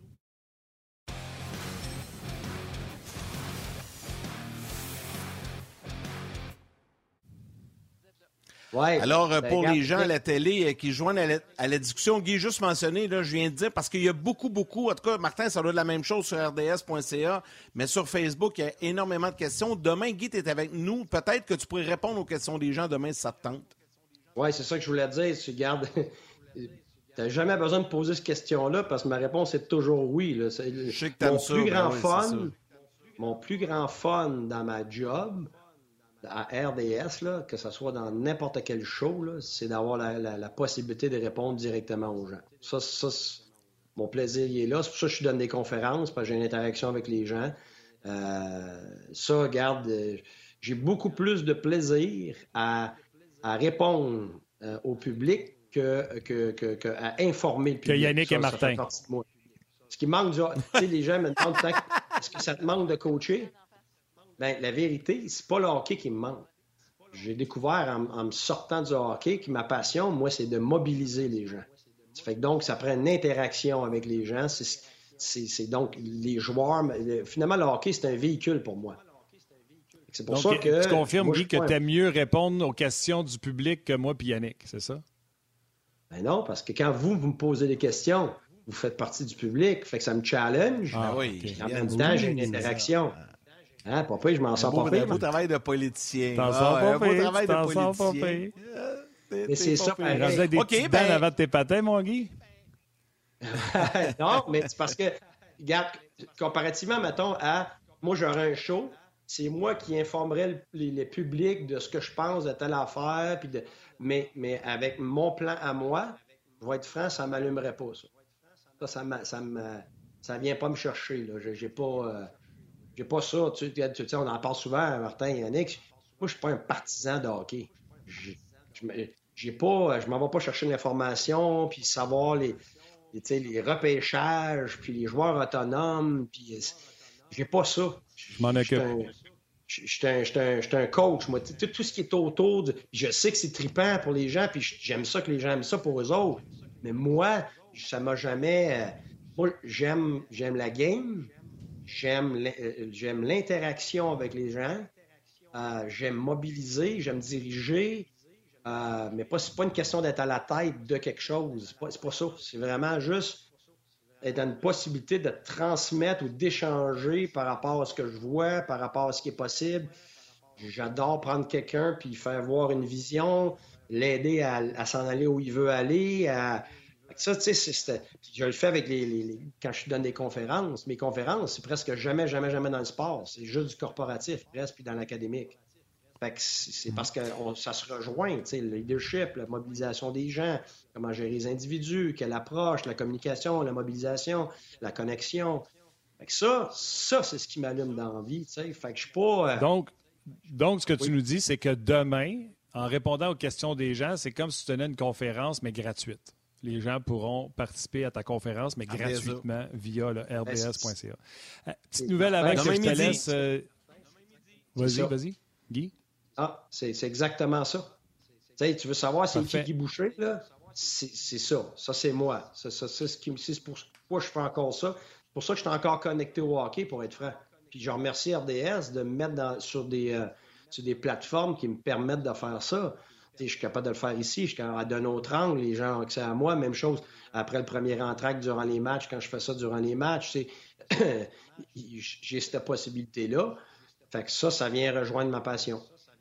Ouais, alors, pour les gens à la télé qui joignent à la discussion, Guy, juste mentionné, là, je viens de dire, parce qu'il y a beaucoup, en tout cas, Martin, ça doit être la même chose sur rds.ca, mais sur Facebook, il y a énormément de questions. Demain, Guy, tu es avec nous. Peut-être que tu pourrais répondre aux questions des gens demain si ça te tente. Oui, c'est ça que je voulais dire. Tu gardes... tu n'as jamais besoin de poser cette question-là parce que ma réponse est toujours oui. Là. Je sais que t'aimes ça. Mon plus grand fun dans ma job, à RDS, là, que ce soit dans n'importe quel show, là, c'est d'avoir la possibilité de répondre directement aux gens. Ça mon plaisir, il est là. C'est pour ça que je donne des conférences, parce que j'ai une interaction avec les gens. Regarde, j'ai beaucoup plus de plaisir à répondre au public qu'à informer le public. Que Yannick et Martin. Ce qui manque, tu sais, les gens me demandent est-ce que ça te manque de coacher? Bien, la vérité, c'est pas le hockey qui me manque. J'ai découvert en me sortant du hockey que ma passion, moi, c'est de mobiliser les gens. Ça fait que donc, ça prend une interaction avec les gens. C'est donc les joueurs. Finalement, le hockey, c'est un véhicule pour moi. C'est pour donc, ça que. Tu confirmes, Guy, que tu aimes mieux répondre aux questions du public que moi et Yannick, c'est ça? Ben non, parce que quand vous me posez des questions, vous faites partie du public, fait que ça me challenge. Oui. Okay. En même temps, j'ai une interaction. Hein, papa, je m'en sors pas pire. Un beau travail de politicien. T'en sors pas pire. Un beau travail de politicien. Mais c'est ça, pareil. Avec des petites dents avant de tes patins, mon Guy? Non, mais c'est parce que, regarde, comparativement, mettons, à moi, j'aurais un show, c'est moi qui informerais le public de ce que je pense de telle affaire, puis mais avec mon plan à moi, je vais être franc, ça ne m'allumerait pas, ça. Ça vient pas me chercher, là. J'ai pas ça. Tu sais, on en parle souvent, Martin et Yannick. Moi, je suis pas un partisan de hockey. Je m'en vais pas chercher l'information, puis savoir les repêchages, puis les joueurs autonomes, puis j'ai pas ça. Je m'en occupe. Je suis un coach, moi. Tout ce qui est autour je sais que c'est trippant pour les gens, puis j'aime ça que les gens aiment ça pour eux autres. Mais moi, ça m'a jamais... moi, j'aime la game. J'aime l'interaction avec les gens. J'aime mobiliser, j'aime diriger. Mais c'est pas une question d'être à la tête de quelque chose. C'est pas ça. C'est vraiment juste être dans une possibilité de transmettre ou d'échanger par rapport à ce que je vois, par rapport à ce qui est possible. J'adore prendre quelqu'un puis faire voir une vision, l'aider à s'en aller où il veut aller. Ça, tu sais, je le fais avec quand je donne des conférences. Mes conférences, c'est presque jamais dans le sport. C'est juste du corporatif, presque, puis dans l'académique. Fait que c'est parce que ça se rejoint, tu sais, le leadership, la mobilisation des gens, comment gérer les individus, quelle approche, la communication, la mobilisation, la connexion. Fait que ça c'est ce qui m'allume dans la vie, tu sais. Fait que je suis pas... Donc, ce que tu nous dis, c'est que demain, en répondant aux questions des gens, c'est comme si tu tenais une conférence, mais gratuite. Les gens pourront participer à ta conférence, mais gratuitement via le rds.ca. Petite nouvelle avant que je te laisse. Vas-y, Guy. Ah, c'est exactement ça. Tu veux savoir c'est qui Guy Boucher, là? C'est ça. Ça, c'est moi. C'est pourquoi je fais encore ça. C'est pour ça que je suis encore connecté au hockey, pour être franc. Puis je remercie RDS de me mettre sur des plateformes qui me permettent de faire ça. Je suis capable de le faire ici, je suis capable d'un autre angle, les gens ont accès à moi. Même chose après le premier entraque durant les matchs, quand je fais ça durant les matchs, j'ai cette possibilité-là. Fait que ça vient rejoindre ma passion.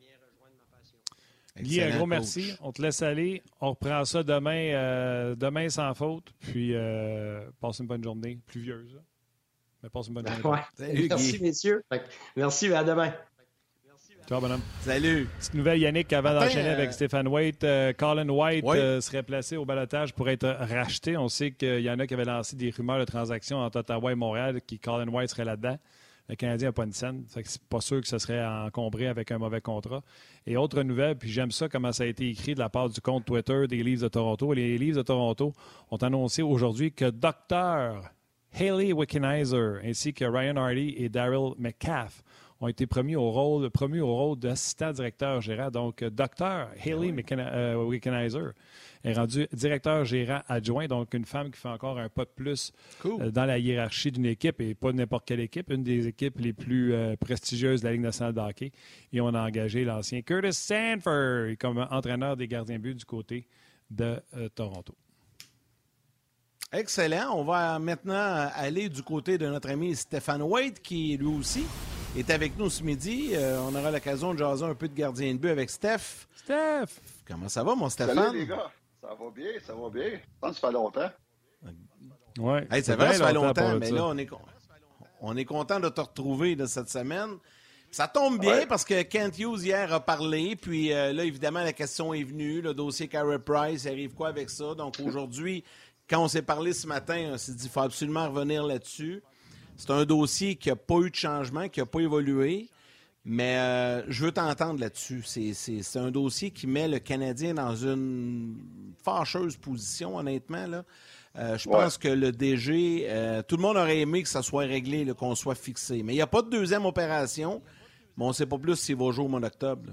Guy, un gros merci. On te laisse aller. On reprend ça demain sans faute. Puis passe une bonne journée, pluvieuse. Mais passe une bonne journée. Ouais. Merci, messieurs. Merci, à demain. Ciao, bonhomme. Salut. Petite nouvelle, Yannick, avant d'enchaîner avec Stéphane White. Colin White serait placé au balotage pour être racheté. On sait qu'il y en a qui avaient lancé des rumeurs de transactions entre Ottawa et Montréal, qui Colin White serait là-dedans. Le Canadien n'a pas une scène. C'est pas sûr que ce serait encombré avec un mauvais contrat. Et autre nouvelle, puis j'aime ça comment ça a été écrit de la part du compte Twitter des Leafs de Toronto. Les Leafs de Toronto ont annoncé aujourd'hui que Dr. Hayley Wickenheiser ainsi que Ryan Hardy et Daryl Metcalf ont été promus au rôle d'assistant directeur gérant. Donc, Dr. Hayley Wickenheiser est rendu directeur gérant adjoint, donc une femme qui fait encore un pas de plus dans la hiérarchie d'une équipe, et pas n'importe quelle équipe, une des équipes les plus prestigieuses de la Ligue nationale de hockey. Et on a engagé l'ancien Curtis Sanford comme entraîneur des gardiens de but du côté de Toronto. Excellent. On va maintenant aller du côté de notre ami Stéphane White, qui lui aussi est avec nous ce midi. On aura l'occasion de jaser un peu de gardien de but avec Steph. Steph! Comment ça va, mon Stéphane? Salut, les gars. Ça va bien, ça va bien. Ça fait longtemps. Oui, c'est vrai, ça fait longtemps, mais là, on est content de te retrouver là, cette semaine. Ça tombe bien parce que Kent Hughes, hier, a parlé. Puis là, évidemment, la question est venue. Le dossier Carey Price, arrive quoi avec ça? Donc aujourd'hui, quand on s'est parlé ce matin, on s'est dit qu'il faut absolument revenir là-dessus. C'est un dossier qui n'a pas eu de changement, qui n'a pas évolué, mais je veux t'entendre là-dessus. C'est un dossier qui met le Canadien dans une fâcheuse position, honnêtement. Là. Je pense que le DG, tout le monde aurait aimé que ça soit réglé, là, qu'on soit fixé. Mais il n'y a pas de deuxième opération, mais on ne sait pas plus s'il va jouer au mois d'octobre. Là.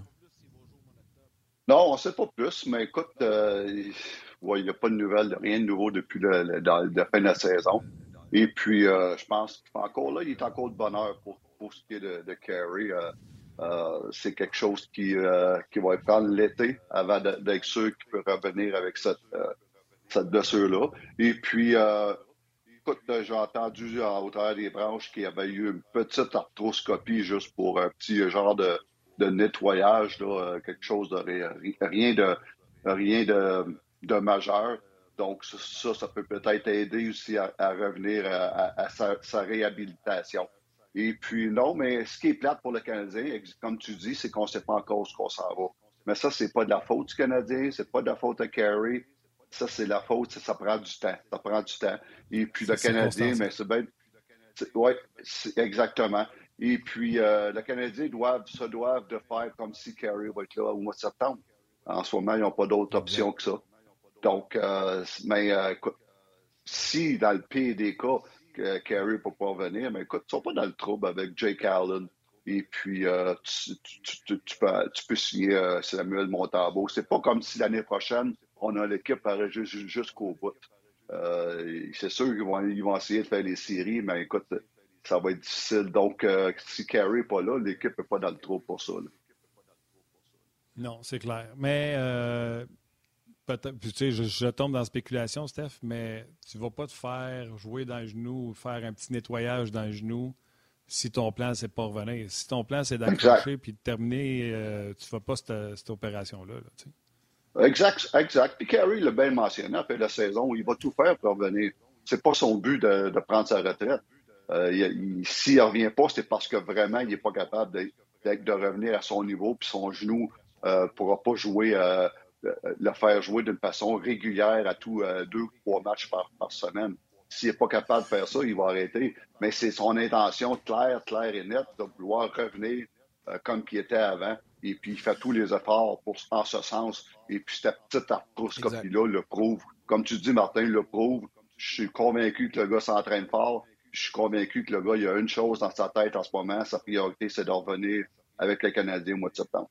Non, on ne sait pas plus, mais écoute, il n'y a pas de nouvelles, rien de nouveau depuis la fin de la saison. Et puis, je pense qu'encore là, il est encore de bonheur pour ce qui est de Carey. C'est quelque chose qui va prendre l'été avant d'être sûr qu'il peut revenir avec cette blessure-là. Et puis, écoute, j'ai entendu au travers des branches qu'il y avait eu une petite arthroscopie juste pour un petit genre de nettoyage, là, quelque chose de rien de majeur. Donc, ça peut peut-être aider aussi à revenir à sa réhabilitation. Et puis, non, mais ce qui est plate pour le Canadien, comme tu dis, c'est qu'on ne sait pas encore où on s'en va. Mais ça, c'est pas de la faute du Canadien, c'est pas de la faute de Carey. Ça, c'est la faute, ça prend du temps. Ça prend du temps. Et puis, le Canadien, mais c'est bien... Oui, exactement. Et puis, le Canadien se doivent de faire comme si Carey va être là au mois de septembre. En ce moment, ils n'ont pas d'autre option que ça. Donc, écoute, si dans le pire des cas, Carey ne peut pas revenir, mais écoute, ils ne sont pas dans le trouble avec Jake Allen. Et puis, tu peux signer Samuel Montembeault. C'est pas comme si l'année prochaine, on a l'équipe jusqu'au bout. C'est sûr qu'ils vont essayer de faire les séries, mais écoute, ça va être difficile. Donc, si Carey n'est pas là, l'équipe n'est pas dans le trouble pour ça. Là. Non, c'est clair. Mais peut-être, tu sais, je tombe dans la spéculation, Steph, mais tu ne vas pas te faire jouer dans le genou ou faire un petit nettoyage dans le genou si ton plan, c'est pas revenir. Si ton plan, c'est d'accrocher puis de terminer, tu ne fais pas cette opération-là. Là, tu sais. Exact. Puis Carey l'a bien mentionné après la saison où il va tout faire pour revenir. C'est pas son but de prendre sa retraite. S'il ne revient pas, c'est parce que vraiment, il n'est pas capable de revenir à son niveau, puis son genou ne pourra pas jouer, le faire jouer d'une façon régulière à tous 2 ou 3 matchs par semaine. S'il n'est pas capable de faire ça, il va arrêter. Mais c'est son intention claire et nette de vouloir revenir comme il était avant. Et puis, il fait tous les efforts en ce sens. Et puis, cette petite arthroscopie-là le prouve. Comme tu dis, Martin, le prouve. Je suis convaincu que le gars s'entraîne fort. Je suis convaincu que le gars, il a une chose dans sa tête en ce moment. Sa priorité, c'est de revenir avec le Canadien au mois de septembre.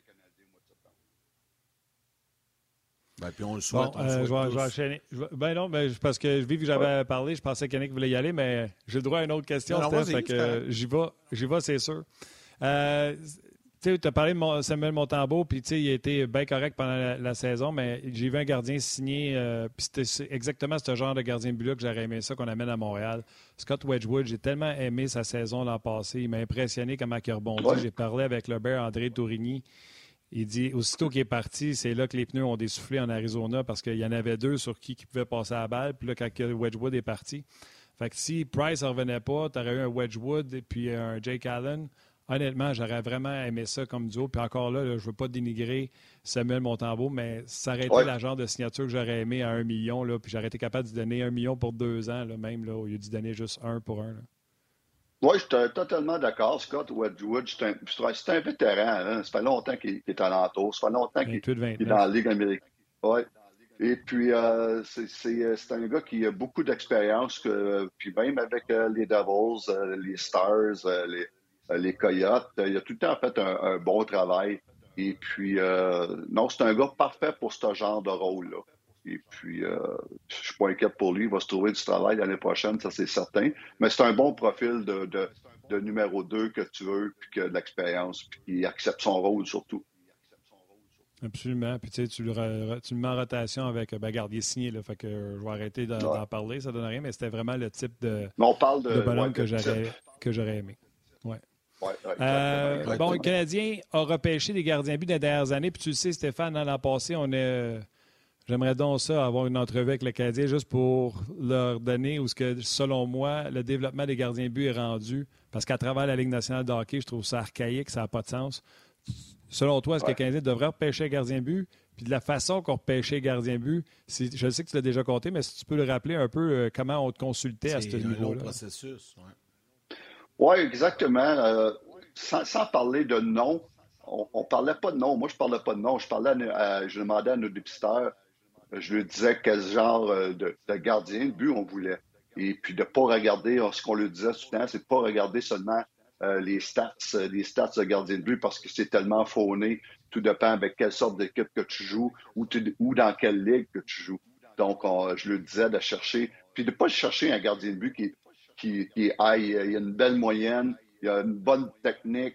Ben, puis on le souhaite. Bon, je vais enchaîner. Parce que vu que j'avais parlé, je pensais qu'Yannick voulait y aller, mais j'ai le droit à une autre question, Steph, fait que j'y vais, c'est sûr. Tu as parlé de Samuel Montembeault, puis il a été bien correct pendant la saison, mais j'ai vu un gardien signé, puis c'était exactement ce genre de gardien de but-là que j'aurais aimé ça qu'on amène à Montréal. Scott Wedgwood, j'ai tellement aimé sa saison l'an passé. Il m'a impressionné comment il a rebondi. Ouais. J'ai parlé avec le bear André Tourigny. Il dit, aussitôt qu'il est parti, c'est là que les pneus ont dessoufflé en Arizona parce qu'il y en avait 2 sur qui pouvaient passer à la balle. Puis là, quand Wedgwood est parti, fait que si Price ne revenait pas, tu aurais eu un Wedgwood et puis un Jake Allen. honnêtement, j'aurais vraiment aimé ça comme duo. Puis encore là, je ne veux pas dénigrer Samuel Montembeault, mais ça aurait été la genre de signature que j'aurais aimé à 1 million. Là, puis j'aurais été capable de donner 1 million pour 2 ans, là, même, là, au lieu de donner juste 1 pour 1. Oui, je suis totalement d'accord. Scott Wedgwood, c'est un vétéran. Hein. Ça fait longtemps qu'il est à l'entour. Ça fait longtemps qu'il est dans la Ligue américaine. Ouais. Et puis, c'est un gars qui a beaucoup d'expérience. Puis même avec les Devils, les Stars, les Coyotes, il a tout le temps fait un bon travail. Et puis, non, c'est un gars parfait pour ce genre de rôle-là. Et puis, je suis pas inquiet pour lui. Il va se trouver du travail l'année prochaine, ça c'est certain. Mais c'est un bon profil de numéro 2 que tu veux, puis qui a de l'expérience, puis qui accepte son rôle surtout. Absolument. Puis tu sais, tu le mets en rotation avec Gardier signé. Là, fait que je vais arrêter d'en parler, ça donne rien, mais c'était vraiment le type de bonhomme que j'aurais aimé. Ouais. Bon, le Canadien a repêché des gardiens buts des dernières années. Puis tu le sais, Stéphane, l'an passé, j'aimerais donc ça, avoir une entrevue avec le Canadien juste pour leur donner où ce que, selon moi, le développement des gardiens de but est rendu. Parce qu'à travers la Ligue nationale de hockey, je trouve ça archaïque, ça n'a pas de sens. Selon toi, est-ce que le Canadien devrait repêcher un gardien de but? Puis de la façon qu'on repêchait un gardien de but, je sais que tu l'as déjà compté, mais si tu peux le rappeler un peu comment on te consultait à ce niveau-là. C'est un long processus, Oui, exactement. Sans parler de nom, on parlait pas de nom. Moi, je parlais pas de nom. Je demandais à nos dépisteurs, je lui disais quel genre de gardien de but on voulait. Et puis de ne pas regarder, ce qu'on lui disait tout le temps, c'est de ne pas regarder seulement les stats de gardien de but parce que c'est tellement fauné. Tout dépend avec quelle sorte d'équipe que tu joues ou dans quelle ligue que tu joues. Donc, je lui disais de chercher, puis de ne pas chercher un gardien de but qui il a une belle moyenne, il a une bonne technique.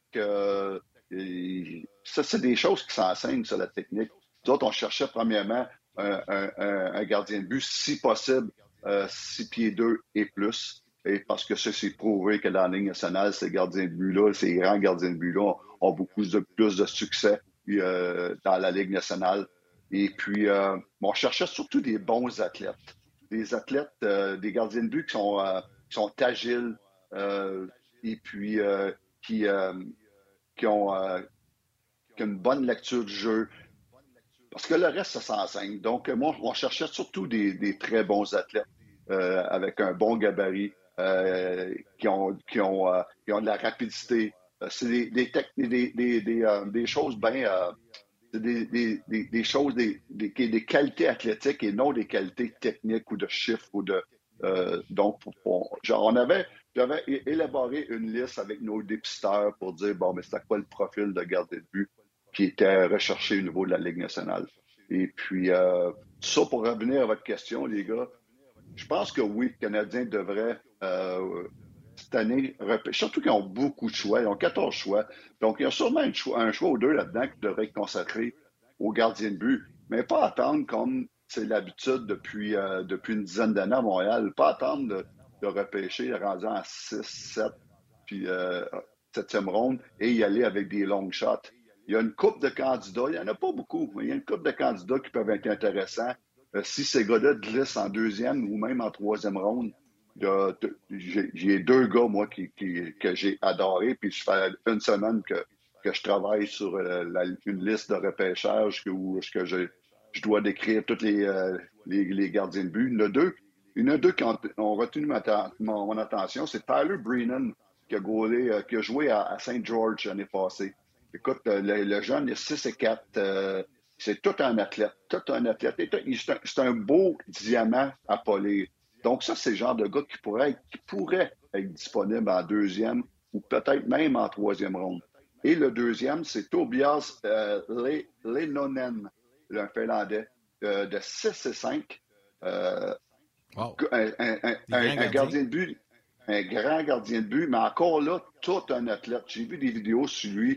Ça, c'est des choses qui s'enseignent sur la technique. Nous autres, on cherchait premièrement un gardien de but, si possible, 6 pieds 2 et plus. Et parce que ça, c'est prouvé que dans la Ligue nationale, ces gardiens de but-là, ces grands gardiens de but-là ont beaucoup plus de succès dans la Ligue nationale. Et puis, on cherchait surtout des bons athlètes. Des athlètes, des gardiens de but qui sont agiles et puis qui ont une bonne lecture du jeu. Parce que le reste, ça s'enseigne. Donc, moi, on cherchait surtout des très bons athlètes avec un bon gabarit, qui ont de la rapidité. C'est des choses bien... des choses, des qualités athlétiques et non des qualités techniques ou de chiffres ou de... donc, j'avais élaboré une liste avec nos dépisteurs pour dire, bon, mais c'était quoi le profil de gardien de but qui était recherché au niveau de la Ligue nationale. Et puis, ça, pour revenir à votre question, les gars, je pense que oui, le Canadien devrait, cette année, surtout qu'ils ont beaucoup de choix, ils ont 14 choix. Donc, il y a sûrement un choix ou deux là-dedans qui devrait être consacré aux gardiens de but, mais pas attendre comme c'est l'habitude depuis une dizaine d'années à Montréal, pas attendre de repêcher, rendu en 6, 7, puis 7e ronde, et y aller avec des long shots. Il y a une couple de candidats, il n'y en a pas beaucoup, mais il y a une couple de candidats qui peuvent être intéressants. Si ces gars-là glissent en 2e ou même en 3e ronde, j'ai 2 gars, moi, que j'ai adorés, puis ça fait une semaine que je travaille sur une liste de repêchage où je dois décrire tous les gardiens de but. Il y en a deux qui ont retenu mon attention. C'est Tyler Brennan qui a joué à Saint George l'année passée. Écoute, le jeune est 6 et 4. C'est tout un athlète. C'est un beau diamant à polir. Donc ça, c'est le genre de gars qui pourrait être disponible en 2e ou peut-être même en 3e ronde. Et le 2e, c'est Tobias Leinonen, un Finlandais, de 6 et 5. Wow. Un gardien de but, un grand gardien de but, mais encore là, tout un athlète. J'ai vu des vidéos sur lui,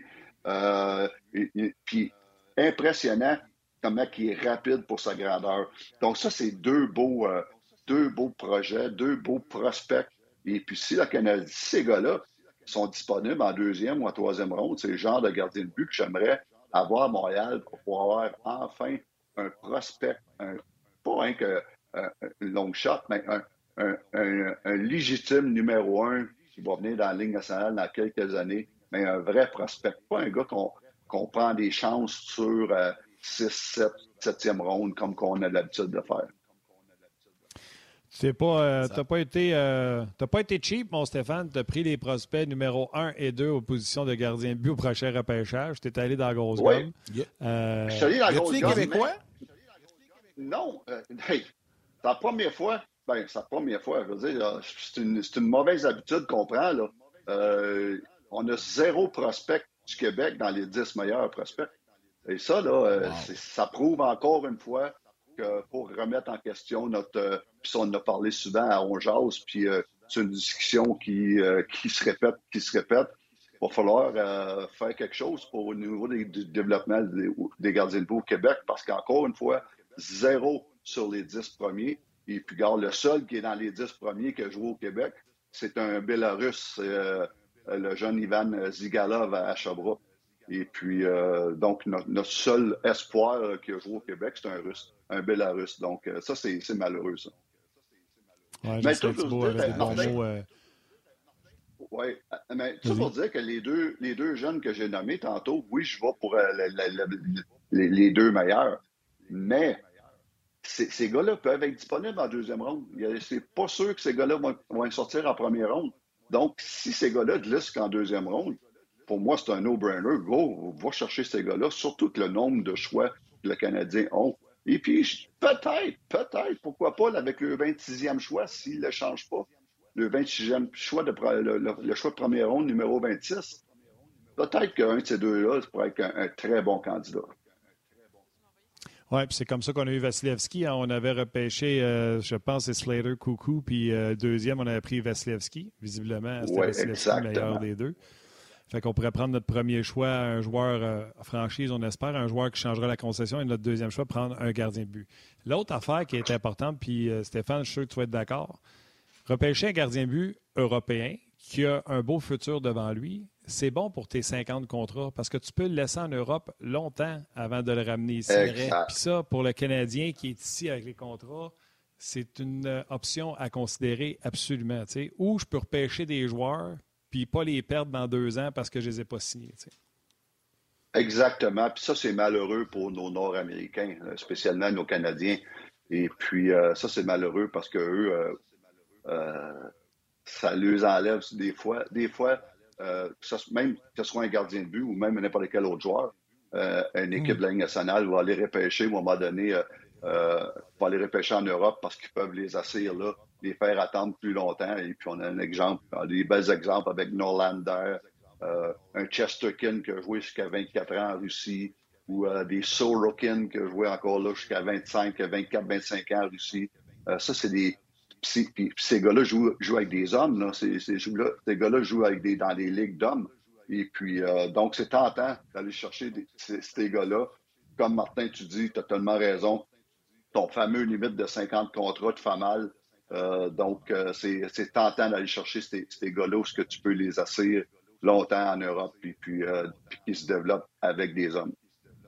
puis impressionnant comment il est rapide pour sa grandeur. Donc ça, c'est deux beaux projets, 2 beaux prospects. Et puis si ces gars-là sont disponibles en 2e ou en 3e ronde, c'est le genre de gardien de but que j'aimerais avoir à Montréal pour pouvoir avoir enfin un prospect, pas un long shot, mais un légitime numéro 1 qui va venir dans la Ligue nationale dans quelques années, mais un vrai prospect. Pas un gars qu'on prend des chances sur 6, 7, 7e ronde comme qu'on a l'habitude de faire. Tu n'as pas été cheap, mon Stéphane. Tu as pris les prospects numéro 1 et 2 aux positions de gardien de but au prochain repêchage. Tu es allé dans la grosse gomme. Je suis allé dans la grosse gomme. Québécois? Non. Hey, c'est la première fois. Ben, c'est la première fois. Je veux dire, c'est une mauvaise habitude qu'on prend, là. On a 0 prospect du Québec dans les 10 meilleurs prospects. Et ça, là, ça prouve encore une fois que pour remettre en question notre... puis on en a parlé souvent à On Jase, puis c'est une discussion qui se répète. Il va falloir faire quelque chose au niveau du développement des gardiens de but au Québec, parce qu'encore une fois, 0 sur les 10 premiers. Et puis, regarde, le seul qui est dans les 10 premiers qui a joué au Québec, c'est un Bélarusse, le jeune Ivan Zigalov à Sherbrooke. Et puis, donc, notre seul espoir qui a joué au Québec, c'est un Russe, un Bélarusse. Donc, ça, c'est malheureux, ça. Ouais, mais toujours avec des bons mots. Oui, mais tout pour dire que les deux jeunes que j'ai nommés tantôt, oui, je vais pour les 2 meilleurs. Mais ces gars-là peuvent être disponibles en 2e ronde. C'est pas sûr que ces gars-là vont sortir en 1er ronde. Donc, si ces gars-là glissent qu'en 2e ronde, pour moi, c'est un no-brainer. Go, va chercher ces gars-là, surtout que le nombre de choix que le Canadien ont. Et puis, peut-être, pourquoi pas, avec le 26e choix, s'il ne le change pas, le 26e choix, le choix de 1er ronde, numéro 26, peut-être qu'un de ces deux-là pourrait être un très bon candidat. Oui, puis c'est comme ça qu'on a eu Vasilevski. Hein. On avait repêché, je pense, c'est Slater, Coucou, puis 2e, on avait pris Vasilevski. Visiblement, c'était Vasilevski le meilleur des 2. Fait qu'on pourrait prendre notre premier choix, un joueur franchise, on espère, un joueur qui changera la concession, et notre 2e choix, prendre un gardien de but. L'autre affaire qui est importante, puis Stéphane, je suis sûr que tu vas être d'accord, repêcher un gardien de but européen qui a un beau futur devant lui, c'est bon pour tes 50 contrats parce que tu peux le laisser en Europe longtemps avant de le ramener ici. Puis ça, pour le Canadien qui est ici avec les contrats, c'est une option à considérer absolument. T'sais. Ou je peux repêcher des joueurs puis pas les perdre dans 2 ans parce que je les ai pas signés. T'sais. Exactement. Puis ça, c'est malheureux pour nos Nord-Américains, spécialement nos Canadiens. Et puis, ça, c'est malheureux parce que eux, ça les enlève des fois, même que ce soit un gardien de but ou même n'importe quel autre joueur, une équipe de la Ligue nationale va aller repêcher, à un moment donné, va aller repêcher en Europe parce qu'ils peuvent les assurer là, les faire attendre plus longtemps. Et puis, on a des bels exemples avec Norlander, un Chesterkin qui a joué jusqu'à 24 ans en Russie, ou des Sorokin qui a joué encore là jusqu'à 25, 24, 25 ans en Russie. Ça, c'est des... Puis ces gars-là jouent avec des hommes. Là. Ces gars-là jouent dans des ligues d'hommes. Et puis, donc, c'est tentant d'aller chercher ces gars-là. Comme Martin, tu dis, tu as tellement raison. Ton fameux limite de 50 contrats te fait mal. Donc, c'est tentant d'aller chercher ces gars-là où ce que tu peux les assurer longtemps en Europe puis qu'ils se développent avec des hommes.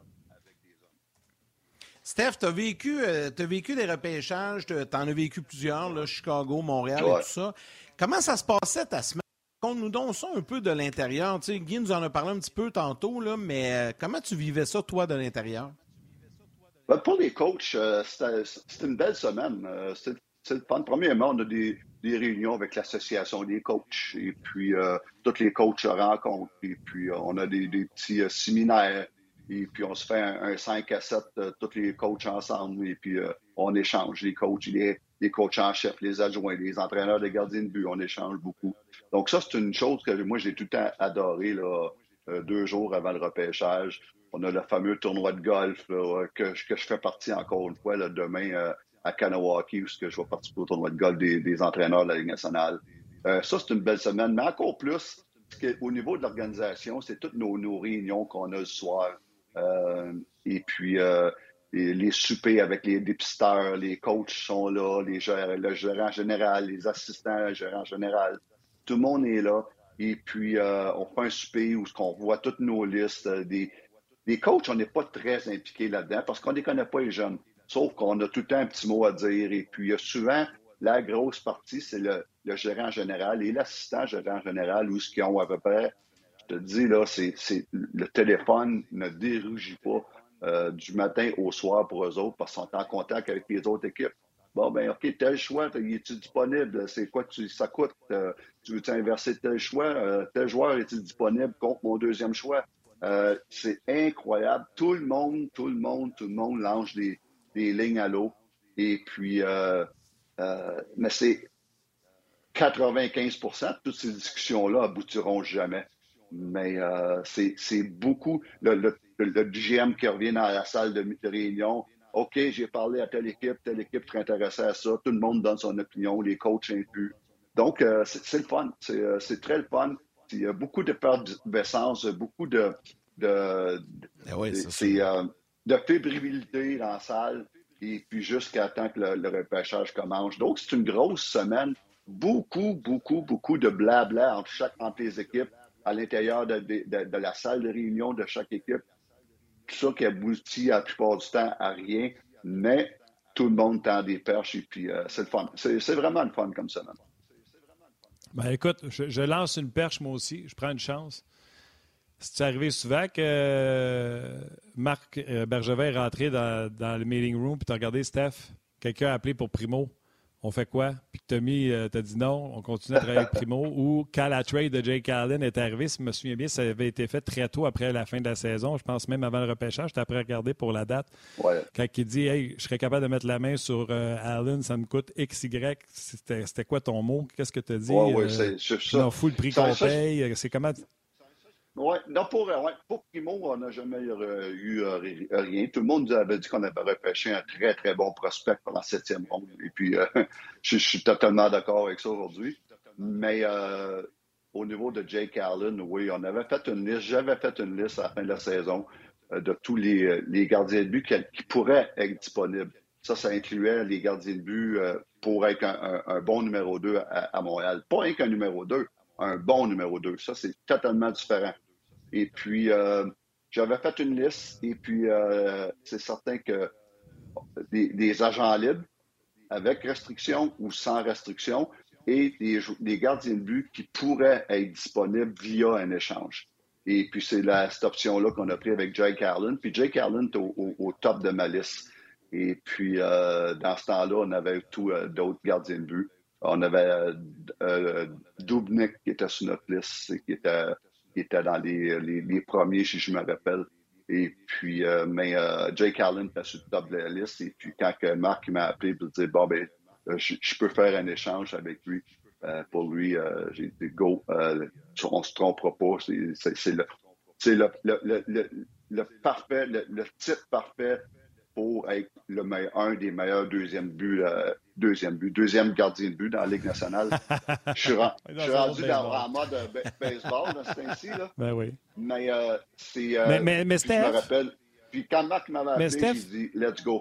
Steph, tu as vécu des repêchages, tu en as vécu plusieurs, là, Chicago, Montréal et tout ça. Comment ça se passait ta semaine? Raconte-nous donc ça un peu de l'intérieur. Tu sais, Guy nous en a parlé un petit peu tantôt, là, mais comment tu vivais ça, toi, de l'intérieur? Pour les coachs, c'était une belle semaine. C'est le fun. Premièrement, on a des réunions avec l'association des coachs et puis tous les coachs se rencontrent et puis on a des petits séminaires. Et puis, on se fait un 5 à 7, tous les coachs ensemble. Et puis, on échange, les coachs, les coachs en chef, les adjoints, les entraîneurs de gardiens de but. On échange beaucoup. Donc, ça, c'est une chose que moi, j'ai tout le temps adoré, là, 2 jours avant le repêchage. On a le fameux tournoi de golf là, que je fais partie encore une fois là, demain à Kanawaki, où je vais participer au tournoi de golf des entraîneurs de la Ligue nationale. Ça, c'est une belle semaine. Mais encore plus, au niveau de l'organisation, c'est toutes nos réunions qu'on a le soir. Et puis, les soupers avec les dépisteurs, les coachs sont là, le gérant général, les assistants gérant général. Tout le monde est là. Et puis, on fait un souper où on voit toutes nos listes. Des coachs, on n'est pas très impliqués là-dedans parce qu'on ne les connaît pas, les jeunes. Sauf qu'on a tout le temps un petit mot à dire. Et puis, souvent, la grosse partie, c'est le gérant général et l'assistant gérant général où ils ont à peu près te dis, là, le téléphone ne dérougit pas du matin au soir pour eux autres parce qu'ils sont en contact avec les autres équipes. Bon, ben OK, tel choix, es-tu disponible? C'est quoi que ça coûte? Tu veux-tu inverser tel choix? Tel joueur est-il disponible contre mon deuxième choix? C'est incroyable. Tout le monde lance des lignes à l'eau. Et puis, mais c'est 95% de toutes ces discussions-là aboutiront jamais. Mais c'est beaucoup le GM qui revient dans la salle de réunion. OK, j'ai parlé à telle équipe serait intéressée à ça. Tout le monde donne son opinion, les coachs inclus. Donc, c'est le fun. C'est très le fun. Il y a beaucoup de effervescence, beaucoup de fébrilité dans la salle. Et puis jusqu'à temps que le repêchage commence. Donc, c'est une grosse semaine. Beaucoup de blabla entre les équipes, à l'intérieur de la salle de réunion de chaque équipe. Tout ça qui aboutit la plupart du temps à rien, mais tout le monde tend des perches et puis c'est le fun. C'est vraiment le fun comme semaine. Ben écoute, je lance une perche moi aussi. Je prends une chance. C'est arrivé souvent que Marc Bergevin est rentré dans le meeting room puis tu as regardé Steph, quelqu'un a appelé pour Primo. On fait quoi? Puis Tommy t'a dit non, on continue à travailler avec Primo. Ou quand la trade de Jake Allen est arrivée, si je me souviens bien, ça avait été fait très tôt après la fin de la saison. Je pense même avant le repêchage. J'étais après à regarder pour la date. Ouais. Quand il dit « Hey, je serais capable de mettre la main sur Allen, ça me coûte XY ». C'était quoi ton mot? Qu'est-ce que tu as dit? C'est ça. Non, fou le prix qu'on paye. C'est comment... Oui, non, pour Primo, on n'a jamais eu rien. Tout le monde avait dit qu'on avait repêché un très, très bon prospect pour la 7e ronde. Et puis, je suis totalement d'accord avec ça aujourd'hui. Mais au niveau de Jake Allen, oui, on avait fait une liste. J'avais fait une liste à la fin de la saison de tous les gardiens de but qui pourraient être disponibles. Ça incluait les gardiens de but pour être un bon numéro 2 à Montréal. Pas un numéro 2, un bon numéro 2. Ça, c'est totalement différent. Et puis, j'avais fait une liste et puis c'est certain que des agents libres avec restriction ou sans restriction et des gardiens de but qui pourraient être disponibles via un échange. Et puis, c'est cette option-là qu'on a pris avec Jake Allen. Puis Jake Allen est au top de ma liste. Et puis, dans ce temps-là, on avait d'autres gardiens de but. On avait Dubnyk qui était sur notre liste et qui était dans les premiers, si je me rappelle. Et puis, mais Jake Allen était sur le top de la liste. Et puis, quand Marc m'a appelé pour dire, bon, ben, je peux faire un échange avec lui. Pour lui, j'ai dit, go, on se trompera pas. C'est le parfait, le type parfait pour être un des meilleurs deuxième gardien de but dans la Ligue nationale. Je suis rendu en mode baseball, c'est ainsi. Là. Ben oui. Mais mais Steph, je me rappelle. Puis quand Marc m'avait appelé, j'ai dit, let's go.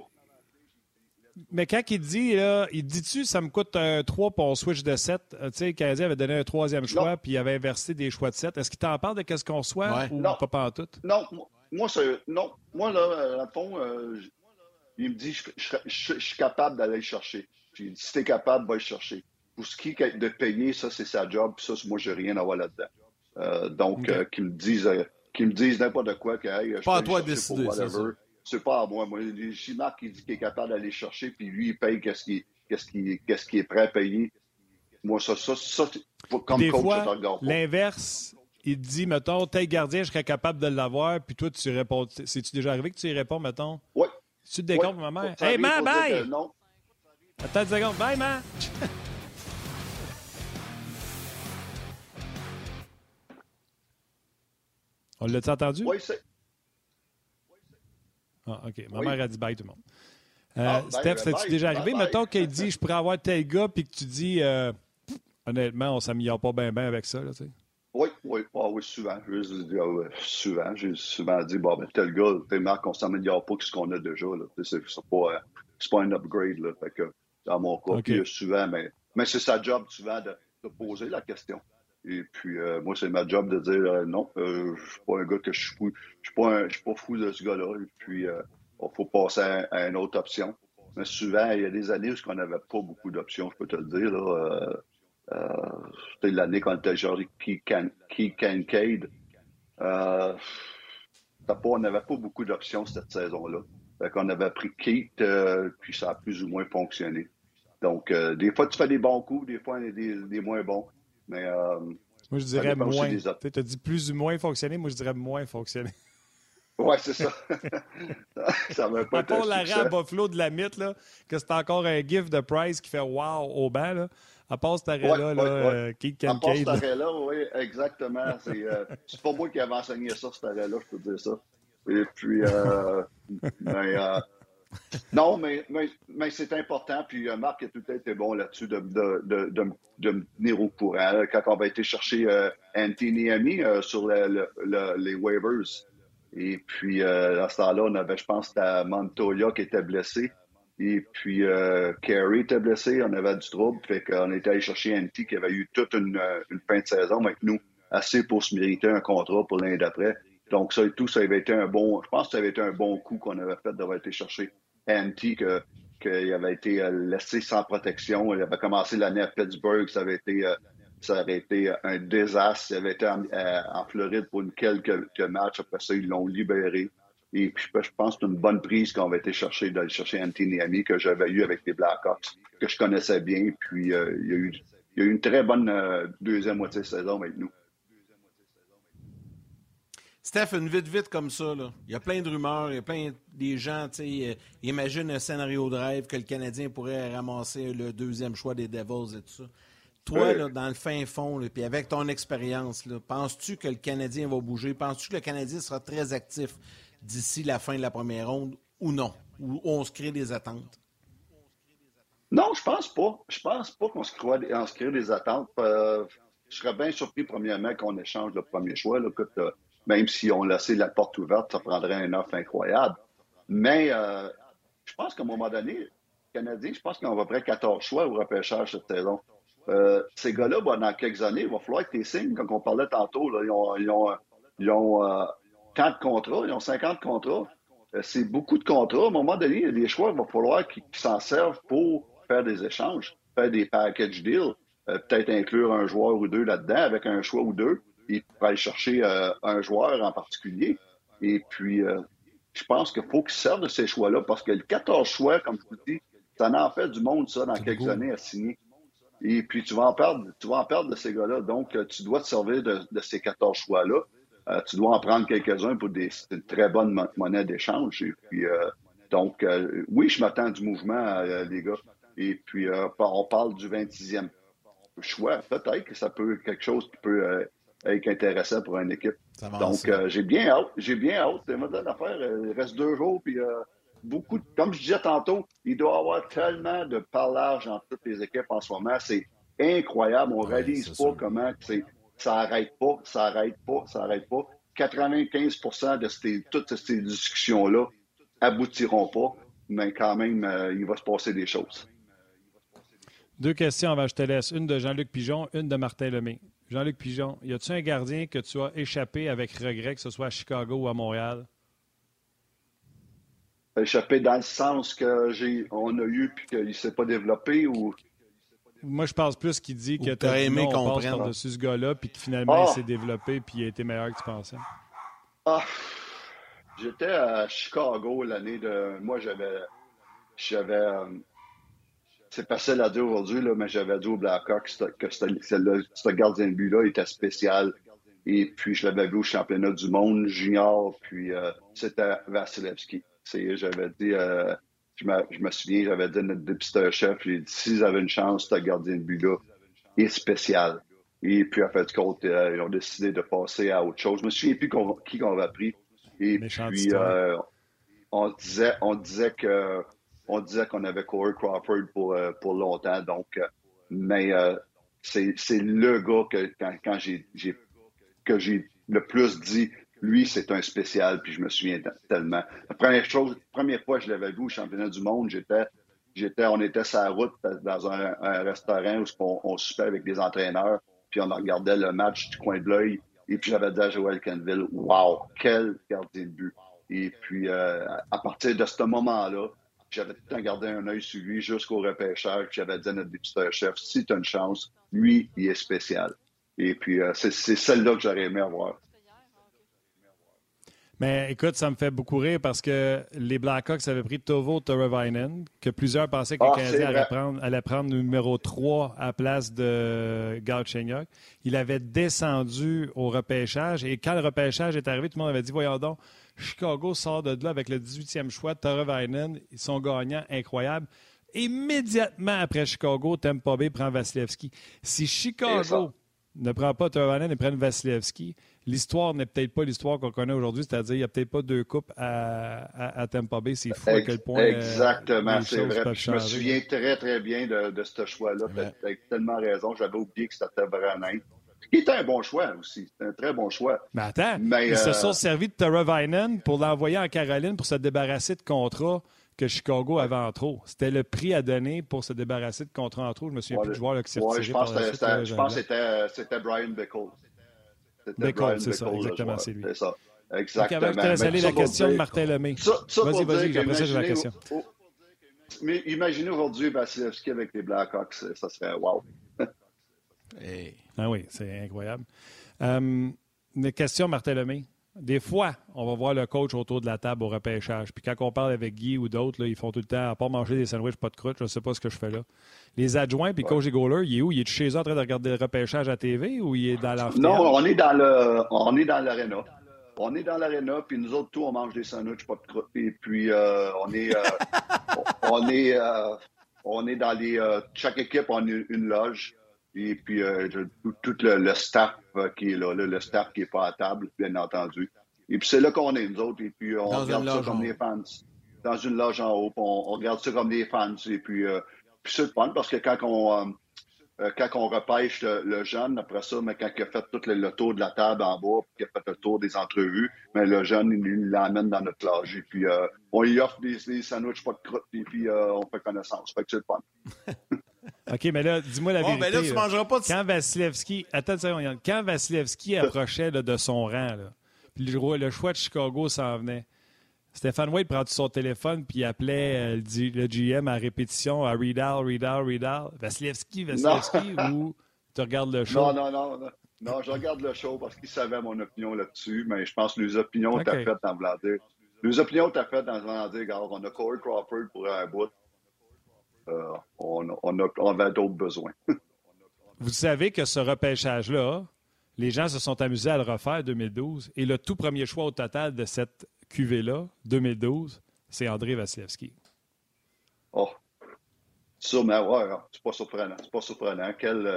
Mais quand il dit, là, il dit-tu, ça me coûte un 3 pour un switch de 7? Tu sais, le Canadien avait donné un troisième choix, puis il avait inversé des choix de 7. Est-ce qu'il t'en parle de qu'est-ce qu'on reçoit ou pas en tout? Non, moi, là, à fond, il me dit, je suis capable d'aller le chercher. Puis, si t'es capable, va le chercher. Pour ce qui est de payer, ça, c'est sa job. Puis ça, moi, j'ai rien à voir là-dedans. Donc, qu'ils me disent n'importe quoi, que hey, pas à toi de décider. C'est pas à moi. Moi, si Marc il dit qu'il est capable d'aller chercher, puis lui, il paye qu'est-ce qu'il est prêt à payer. Moi, ça comme des coach, fois, ça te regarde pas. L'inverse, il te dit, mettons, tel gardien, je serais capable de l'avoir, puis toi, tu réponds. C'est-tu déjà arrivé que tu y réponds, mettons? Oui. Tu te décomptes, ma mère? Hey, man, bye! Non. Attends une seconde. Bye, man! On l'a-tu entendu? Oui, c'est... Ah, OK. Ma mère a dit bye, tout le monde. Steph, c'est-tu déjà arrivé? Bye. Mettons qu'il dit, je pourrais avoir tel gars, puis que tu dis, honnêtement, on ne s'améliore pas bien avec ça, là, tu sais. Oui, souvent. J'ai souvent dit, bon, ben, tel gars, Marc, on ne s'améliore pas que ce qu'on a déjà, là. C'est pas un upgrade, là. Fait que, dans mon cas, okay. Puis souvent, mais c'est sa job, souvent, de poser la question. Et puis, moi, c'est ma job de dire, non, je suis pas un gars que je suis fou. Je suis pas fou de ce gars-là. Et puis, il faut passer à une autre option. Mais souvent, il y a des années où on n'avait pas beaucoup d'options, je peux te le dire, là. C'était l'année quand on était genre Keith Kincaid. On n'avait pas beaucoup d'options cette saison-là. Fait qu'on avait pris Keith, puis ça a plus ou moins fonctionné. Donc, des fois, tu fais des bons coups, des fois, des moins bons. Mais moi, je dirais moins. Tu as dit plus ou moins fonctionné. Moi, je dirais moins fonctionné. Oui, c'est ça. Ça va pas être un succès. L'arrêt à Buffalo de la mythe, là, que c'est encore un gif de Price qui fait « wow » au banc. Là. À part cet arrêt-là, Keith Kincaid. À part cet arrêt-là, oui, exactement. C'est pas moi qui avais enseigné ça, cet arrêt-là, je peux te dire ça. Et puis, non, mais c'est important. Puis Marc a tout été bon là-dessus de me tenir au courant. Quand on va été chercher Anthony Niemi sur les waivers. Et puis, à ce temps-là, on avait, je pense, c'était Montoya qui était blessé. Et puis, Carey était blessé. On avait du trouble. Fait qu'on était allé chercher Anthony qui avait eu toute une fin de saison avec nous, assez pour se mériter un contrat pour l'année d'après. Donc, ça et tout, ça avait été je pense que ça avait été un bon coup qu'on avait fait d'avoir été chercher Anthony, qu'il avait été laissé sans protection. Il avait commencé l'année à Pittsburgh. Ça avait été un désastre. Il avait été en Floride pour quelques matchs. Après ça, ils l'ont libéré. Et puis, je pense que c'est une bonne prise qu'on avait été d'aller chercher Anthony Niemi, que j'avais eu avec les Blackhawks, que je connaissais bien. Puis, il y a eu une très bonne deuxième moitié de saison avec nous. Steph, une vite comme ça, là. Il y a plein de rumeurs, il y a plein des gens, tu sais, imaginent un scénario de rêve que le Canadien pourrait ramasser le deuxième choix des Devils et tout ça. Toi, là, dans le fin fond, puis avec ton expérience, penses-tu que le Canadien va bouger? Penses-tu que le Canadien sera très actif d'ici la fin de la première ronde ou non? Ou on se crée des attentes? Non, je pense pas. Je pense pas qu'on se crée des attentes. Je serais bien surpris, premièrement, qu'on échange le premier choix. Là, même si on laissait la porte ouverte, ça prendrait une offre incroyable. Mais je pense qu'à un moment donné, le Canadien, je pense qu'on va prendre 14 choix au repêchage cette saison. Ces gars-là, dans quelques années, il va falloir que tu les signes. Comme on parlait tantôt, là, ils ont tant de contrats, ils ont 50 contrats. C'est beaucoup de contrats. À un moment donné, il y a des choix, il va falloir qu'ils s'en servent pour faire des échanges, faire des package deals, peut-être inclure un joueur ou deux là-dedans avec un choix ou deux. Et pour aller chercher un joueur en particulier. Et puis, je pense qu'il faut qu'ils servent de ces choix-là parce que le 14 choix, comme je vous dis, ça en fait du monde, ça, dans quelques années à signer. Et puis, tu vas en perdre de ces gars-là. Donc, tu dois te servir de ces 14 choix-là. Tu dois en prendre quelques-uns pour une très bonne monnaie d'échange. Et puis, donc, oui, je m'attends du mouvement, les gars. Et puis, on parle du 26e choix. Peut-être que ça peut être quelque chose qui peut être intéressant pour une équipe. Donc, j'ai bien hâte. C'est ma dernière affaire. Il reste 2 jours, puis comme je disais tantôt, il doit y avoir tellement de parlage entre toutes les équipes en ce moment. C'est incroyable. On ne réalise pas comment ça n'arrête pas. 95% de toutes ces discussions-là aboutiront pas, mais quand même, il va se passer des choses. 2 questions avant que je te laisse. Une de Jean-Luc Pigeon, une de Martin Lemay. Jean-Luc Pigeon, y a-tu un gardien que tu as échappé avec regret, que ce soit à Chicago ou à Montréal? Échappé dans le sens qu'on a eu puis qu'il ne s'est pas développé ou... Moi, je pense plus qu'il dit que tu as aimé qu'on passe par-dessus ce gars-là puis que finalement, il s'est développé puis il a été meilleur que tu pensais. J'étais à Chicago l'année de... Moi, j'avais c'est facile à dire aujourd'hui, là, mais j'avais dit au Blackhawks que ce gardien de but-là était spécial. Et puis, je l'avais vu au championnat du monde junior, puis c'était Vasilevski. J'avais dit, je me souviens, j'avais dit à notre dépisteur-chef, j'ai dit, s'ils avaient une chance, ce gardien de but-là est spécial. Et puis, en fait, du compte, ils ont décidé de passer à autre chose. Je me souviens plus qui qu'on avait pris. Et puis, on disait qu'on avait Corey Crawford pour longtemps. Donc, mais c'est le gars que j'ai le plus dit, lui, c'est un spécial, puis je me souviens tellement. La première fois que je l'avais vu au championnat du monde, on était sur la route dans un restaurant où on soupait avec des entraîneurs, puis on regardait le match du coin de l'œil, et puis j'avais dit à Joel Canville, « Wow, quel gardien de but! » Et puis, à partir de ce moment-là, j'avais tout le temps gardé un œil sur lui jusqu'au repêchage. Puis j'avais dit à notre dépisteur-chef, si tu as une chance, lui, il est spécial. Et puis, c'est celle-là que j'aurais aimé avoir. Mais écoute, ça me fait beaucoup rire parce que les Blackhawks avaient pris Teuvo Teravainen, que plusieurs pensaient que le Canadien allait prendre numéro 3 à la place de Galchenyuk. Il avait descendu au repêchage et quand le repêchage est arrivé, tout le monde avait dit, voyons donc, Chicago sort de là avec le 18e choix de Teravainen. Ils sont gagnants, incroyables. Immédiatement après Chicago, Tampa Bay prend Vasilevski. Si Chicago ne prend pas Teravainen et prend Vasilevski, l'histoire n'est peut-être pas l'histoire qu'on connaît aujourd'hui, c'est-à-dire qu'il n'y a peut-être pas 2 coupes à Tampa Bay. C'est fou à quel point exactement, c'est vrai. Je me souviens très, très bien de ce choix-là. Tu as tellement raison. J'avais oublié que c'était Teravainen. Qui était un bon choix aussi. C'était un très bon choix. Mais attends, ils se sont servis de Teravainen pour l'envoyer en Caroline pour se débarrasser de contrats que Chicago avait en trop. C'était le prix à donner pour se débarrasser de contrats en trop. Je me souviens plus du joueur là, qui s'est retiré. Je pense que c'était Brian Bickle. Bickle, c'est ça, exactement, c'est lui. C'est ça, exactement. Okay, je te laisse aller la question de Martin Lemay. Vas-y, après ça, j'ai la question. Mais imaginez aujourd'hui Vasilevski avec les Blackhawks, ça serait wow. Ah oui, c'est incroyable. Une question, Martin Lemay. Des fois, on va voir le coach autour de la table au repêchage. Puis quand on parle avec Guy ou d'autres, là, ils font tout le temps, à part manger des sandwichs, pas de croûte, je ne sais pas ce que je fais là. Les adjoints, puis coach et goaler, il est où? Il est chez eux en train de regarder le repêchage à TV ou il est dans l'amphithéâtre? Non, on est dans l'aréna. On est dans l'aréna, puis nous autres, tous, on mange des sandwichs, pas de croûte. Et puis, on est dans les... chaque équipe, on a une loge. Et puis, tout le staff qui est là, le staff qui n'est pas à table, bien entendu. Et puis, c'est là qu'on est, nous autres. Et puis, on regarde ça comme des fans. Dans une loge en haut, on regarde ça comme des fans. Et puis c'est le fun parce que quand on repêche le jeune, après ça, mais quand il a fait tout le tour de la table en bas, puis qu'il a fait le tour des entrevues, mais le jeune, il l'emmène dans notre loge. Et puis, on lui offre des sandwichs pas de croûte. Et puis, on fait connaissance. Fait que c'est le fun. OK, mais là, dis-moi la vérité. Mais là, tu mangeras pas de... Quand Vasilevski... Attends une seconde. Quand Vasilevski approchait là, de son rang, là, puis le choix de Chicago s'en venait, Stéphane White prend son téléphone puis il appelait le GM à répétition à Reed-Al. Vasilevski, ou tu regardes le show? Non, je regarde le show parce qu'il savait mon opinion là-dessus, mais je pense que les opinions t'as faites dans Vladir. Les opinions t'as faites dans Vladir, regarde, on a Corey Crawford pour un bout. On avait d'autres besoins. Vous savez que ce repêchage-là, les gens se sont amusés à le refaire en 2012 et le tout premier choix au total de cette QV-là, 2012, c'est André Vasilevski. Oh, sûrement, ouais, c'est pas surprenant.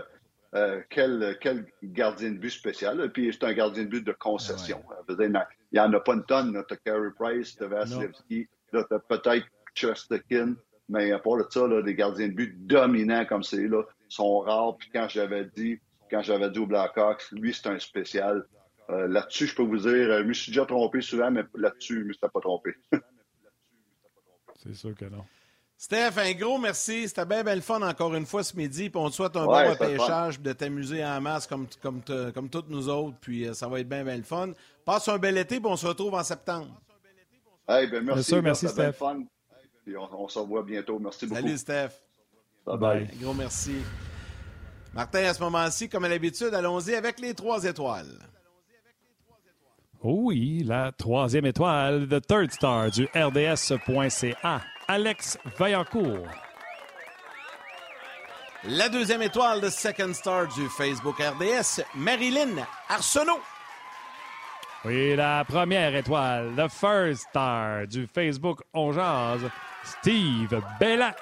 Quel gardien de but spécial. Puis c'est un gardien de but de concession. Ouais. Il n'y en a pas une tonne. Tu as Carey Price, tu as Vasilevski, tu as peut-être Chesterkin. Mais à part de ça, là, des gardiens de but dominants comme c'est là sont rares. Puis quand j'avais dit aux Blackhawks, lui, c'est un spécial. Là-dessus, je peux vous dire, je me suis déjà trompé souvent, mais là-dessus, je ne me suis pas trompé. C'est sûr que non. Steph, un gros merci. C'était bien le fun encore une fois ce midi. Puis on te souhaite un bon repêchage, de t'amuser en masse comme toutes nous autres. Puis ça va être bien le fun. Passe un bel été, puis on se retrouve en septembre. Hey, ben merci. Bien sûr, merci Steph. Fun. Puis on se revoit bientôt. Merci beaucoup. Salut, Steph. Bye. Un gros merci. Martin, à ce moment-ci, comme à l'habitude, allons-y avec les 3 étoiles. Oh oui, la 3e étoile, the third star du RDS.ca, Alex Vaillancourt. La 2e étoile de second star du Facebook RDS, Marilyn Arsenault. Oui, la première étoile, the first star du Facebook On Jase, Steve Bella.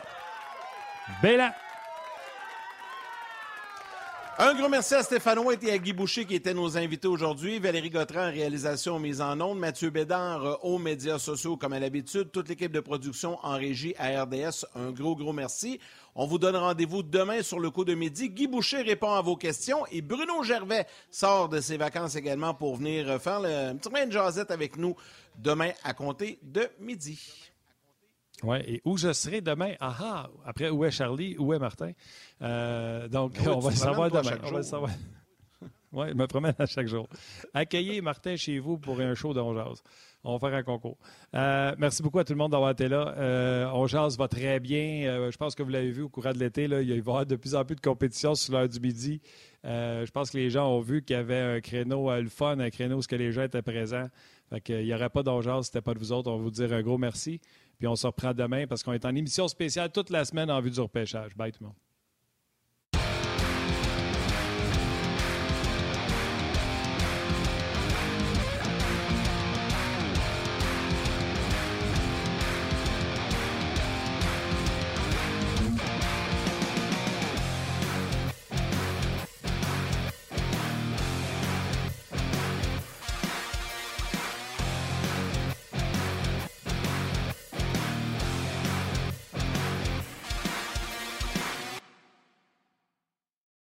Un gros merci à Stéphane White et à Guy Boucher qui étaient nos invités aujourd'hui. Valérie Gautran en réalisation mise en ondes. Mathieu Bédard aux médias sociaux comme à l'habitude. Toute l'équipe de production en régie à RDS. Un gros merci. On vous donne rendez-vous demain sur le coup de midi. Guy Boucher répond à vos questions et Bruno Gervais sort de ses vacances également pour venir faire un petit coin de jasette avec nous demain à compter de midi. Oui, et où je serai demain? Après, où est Charlie? Où est Martin? Donc, on va le savoir demain. On va le savoir. Oui, je me promène à chaque jour. Accueillez Martin chez vous pour un show d'On Jase. On va faire un concours. Merci beaucoup à tout le monde d'avoir été là. On Jase va très bien. Je pense que vous l'avez vu au courant de l'été. Là, il va y avoir de plus en plus de compétitions sur l'heure du midi. Je pense que les gens ont vu qu'il y avait un créneau le fun, un créneau où les gens étaient présents. Fait qu'il n'y aurait pas d'On Jase si ce n'était pas de vous autres. On va vous dire un gros merci. Puis on se reprend demain parce qu'on est en émission spéciale toute la semaine en vue du repêchage. Bye tout le monde.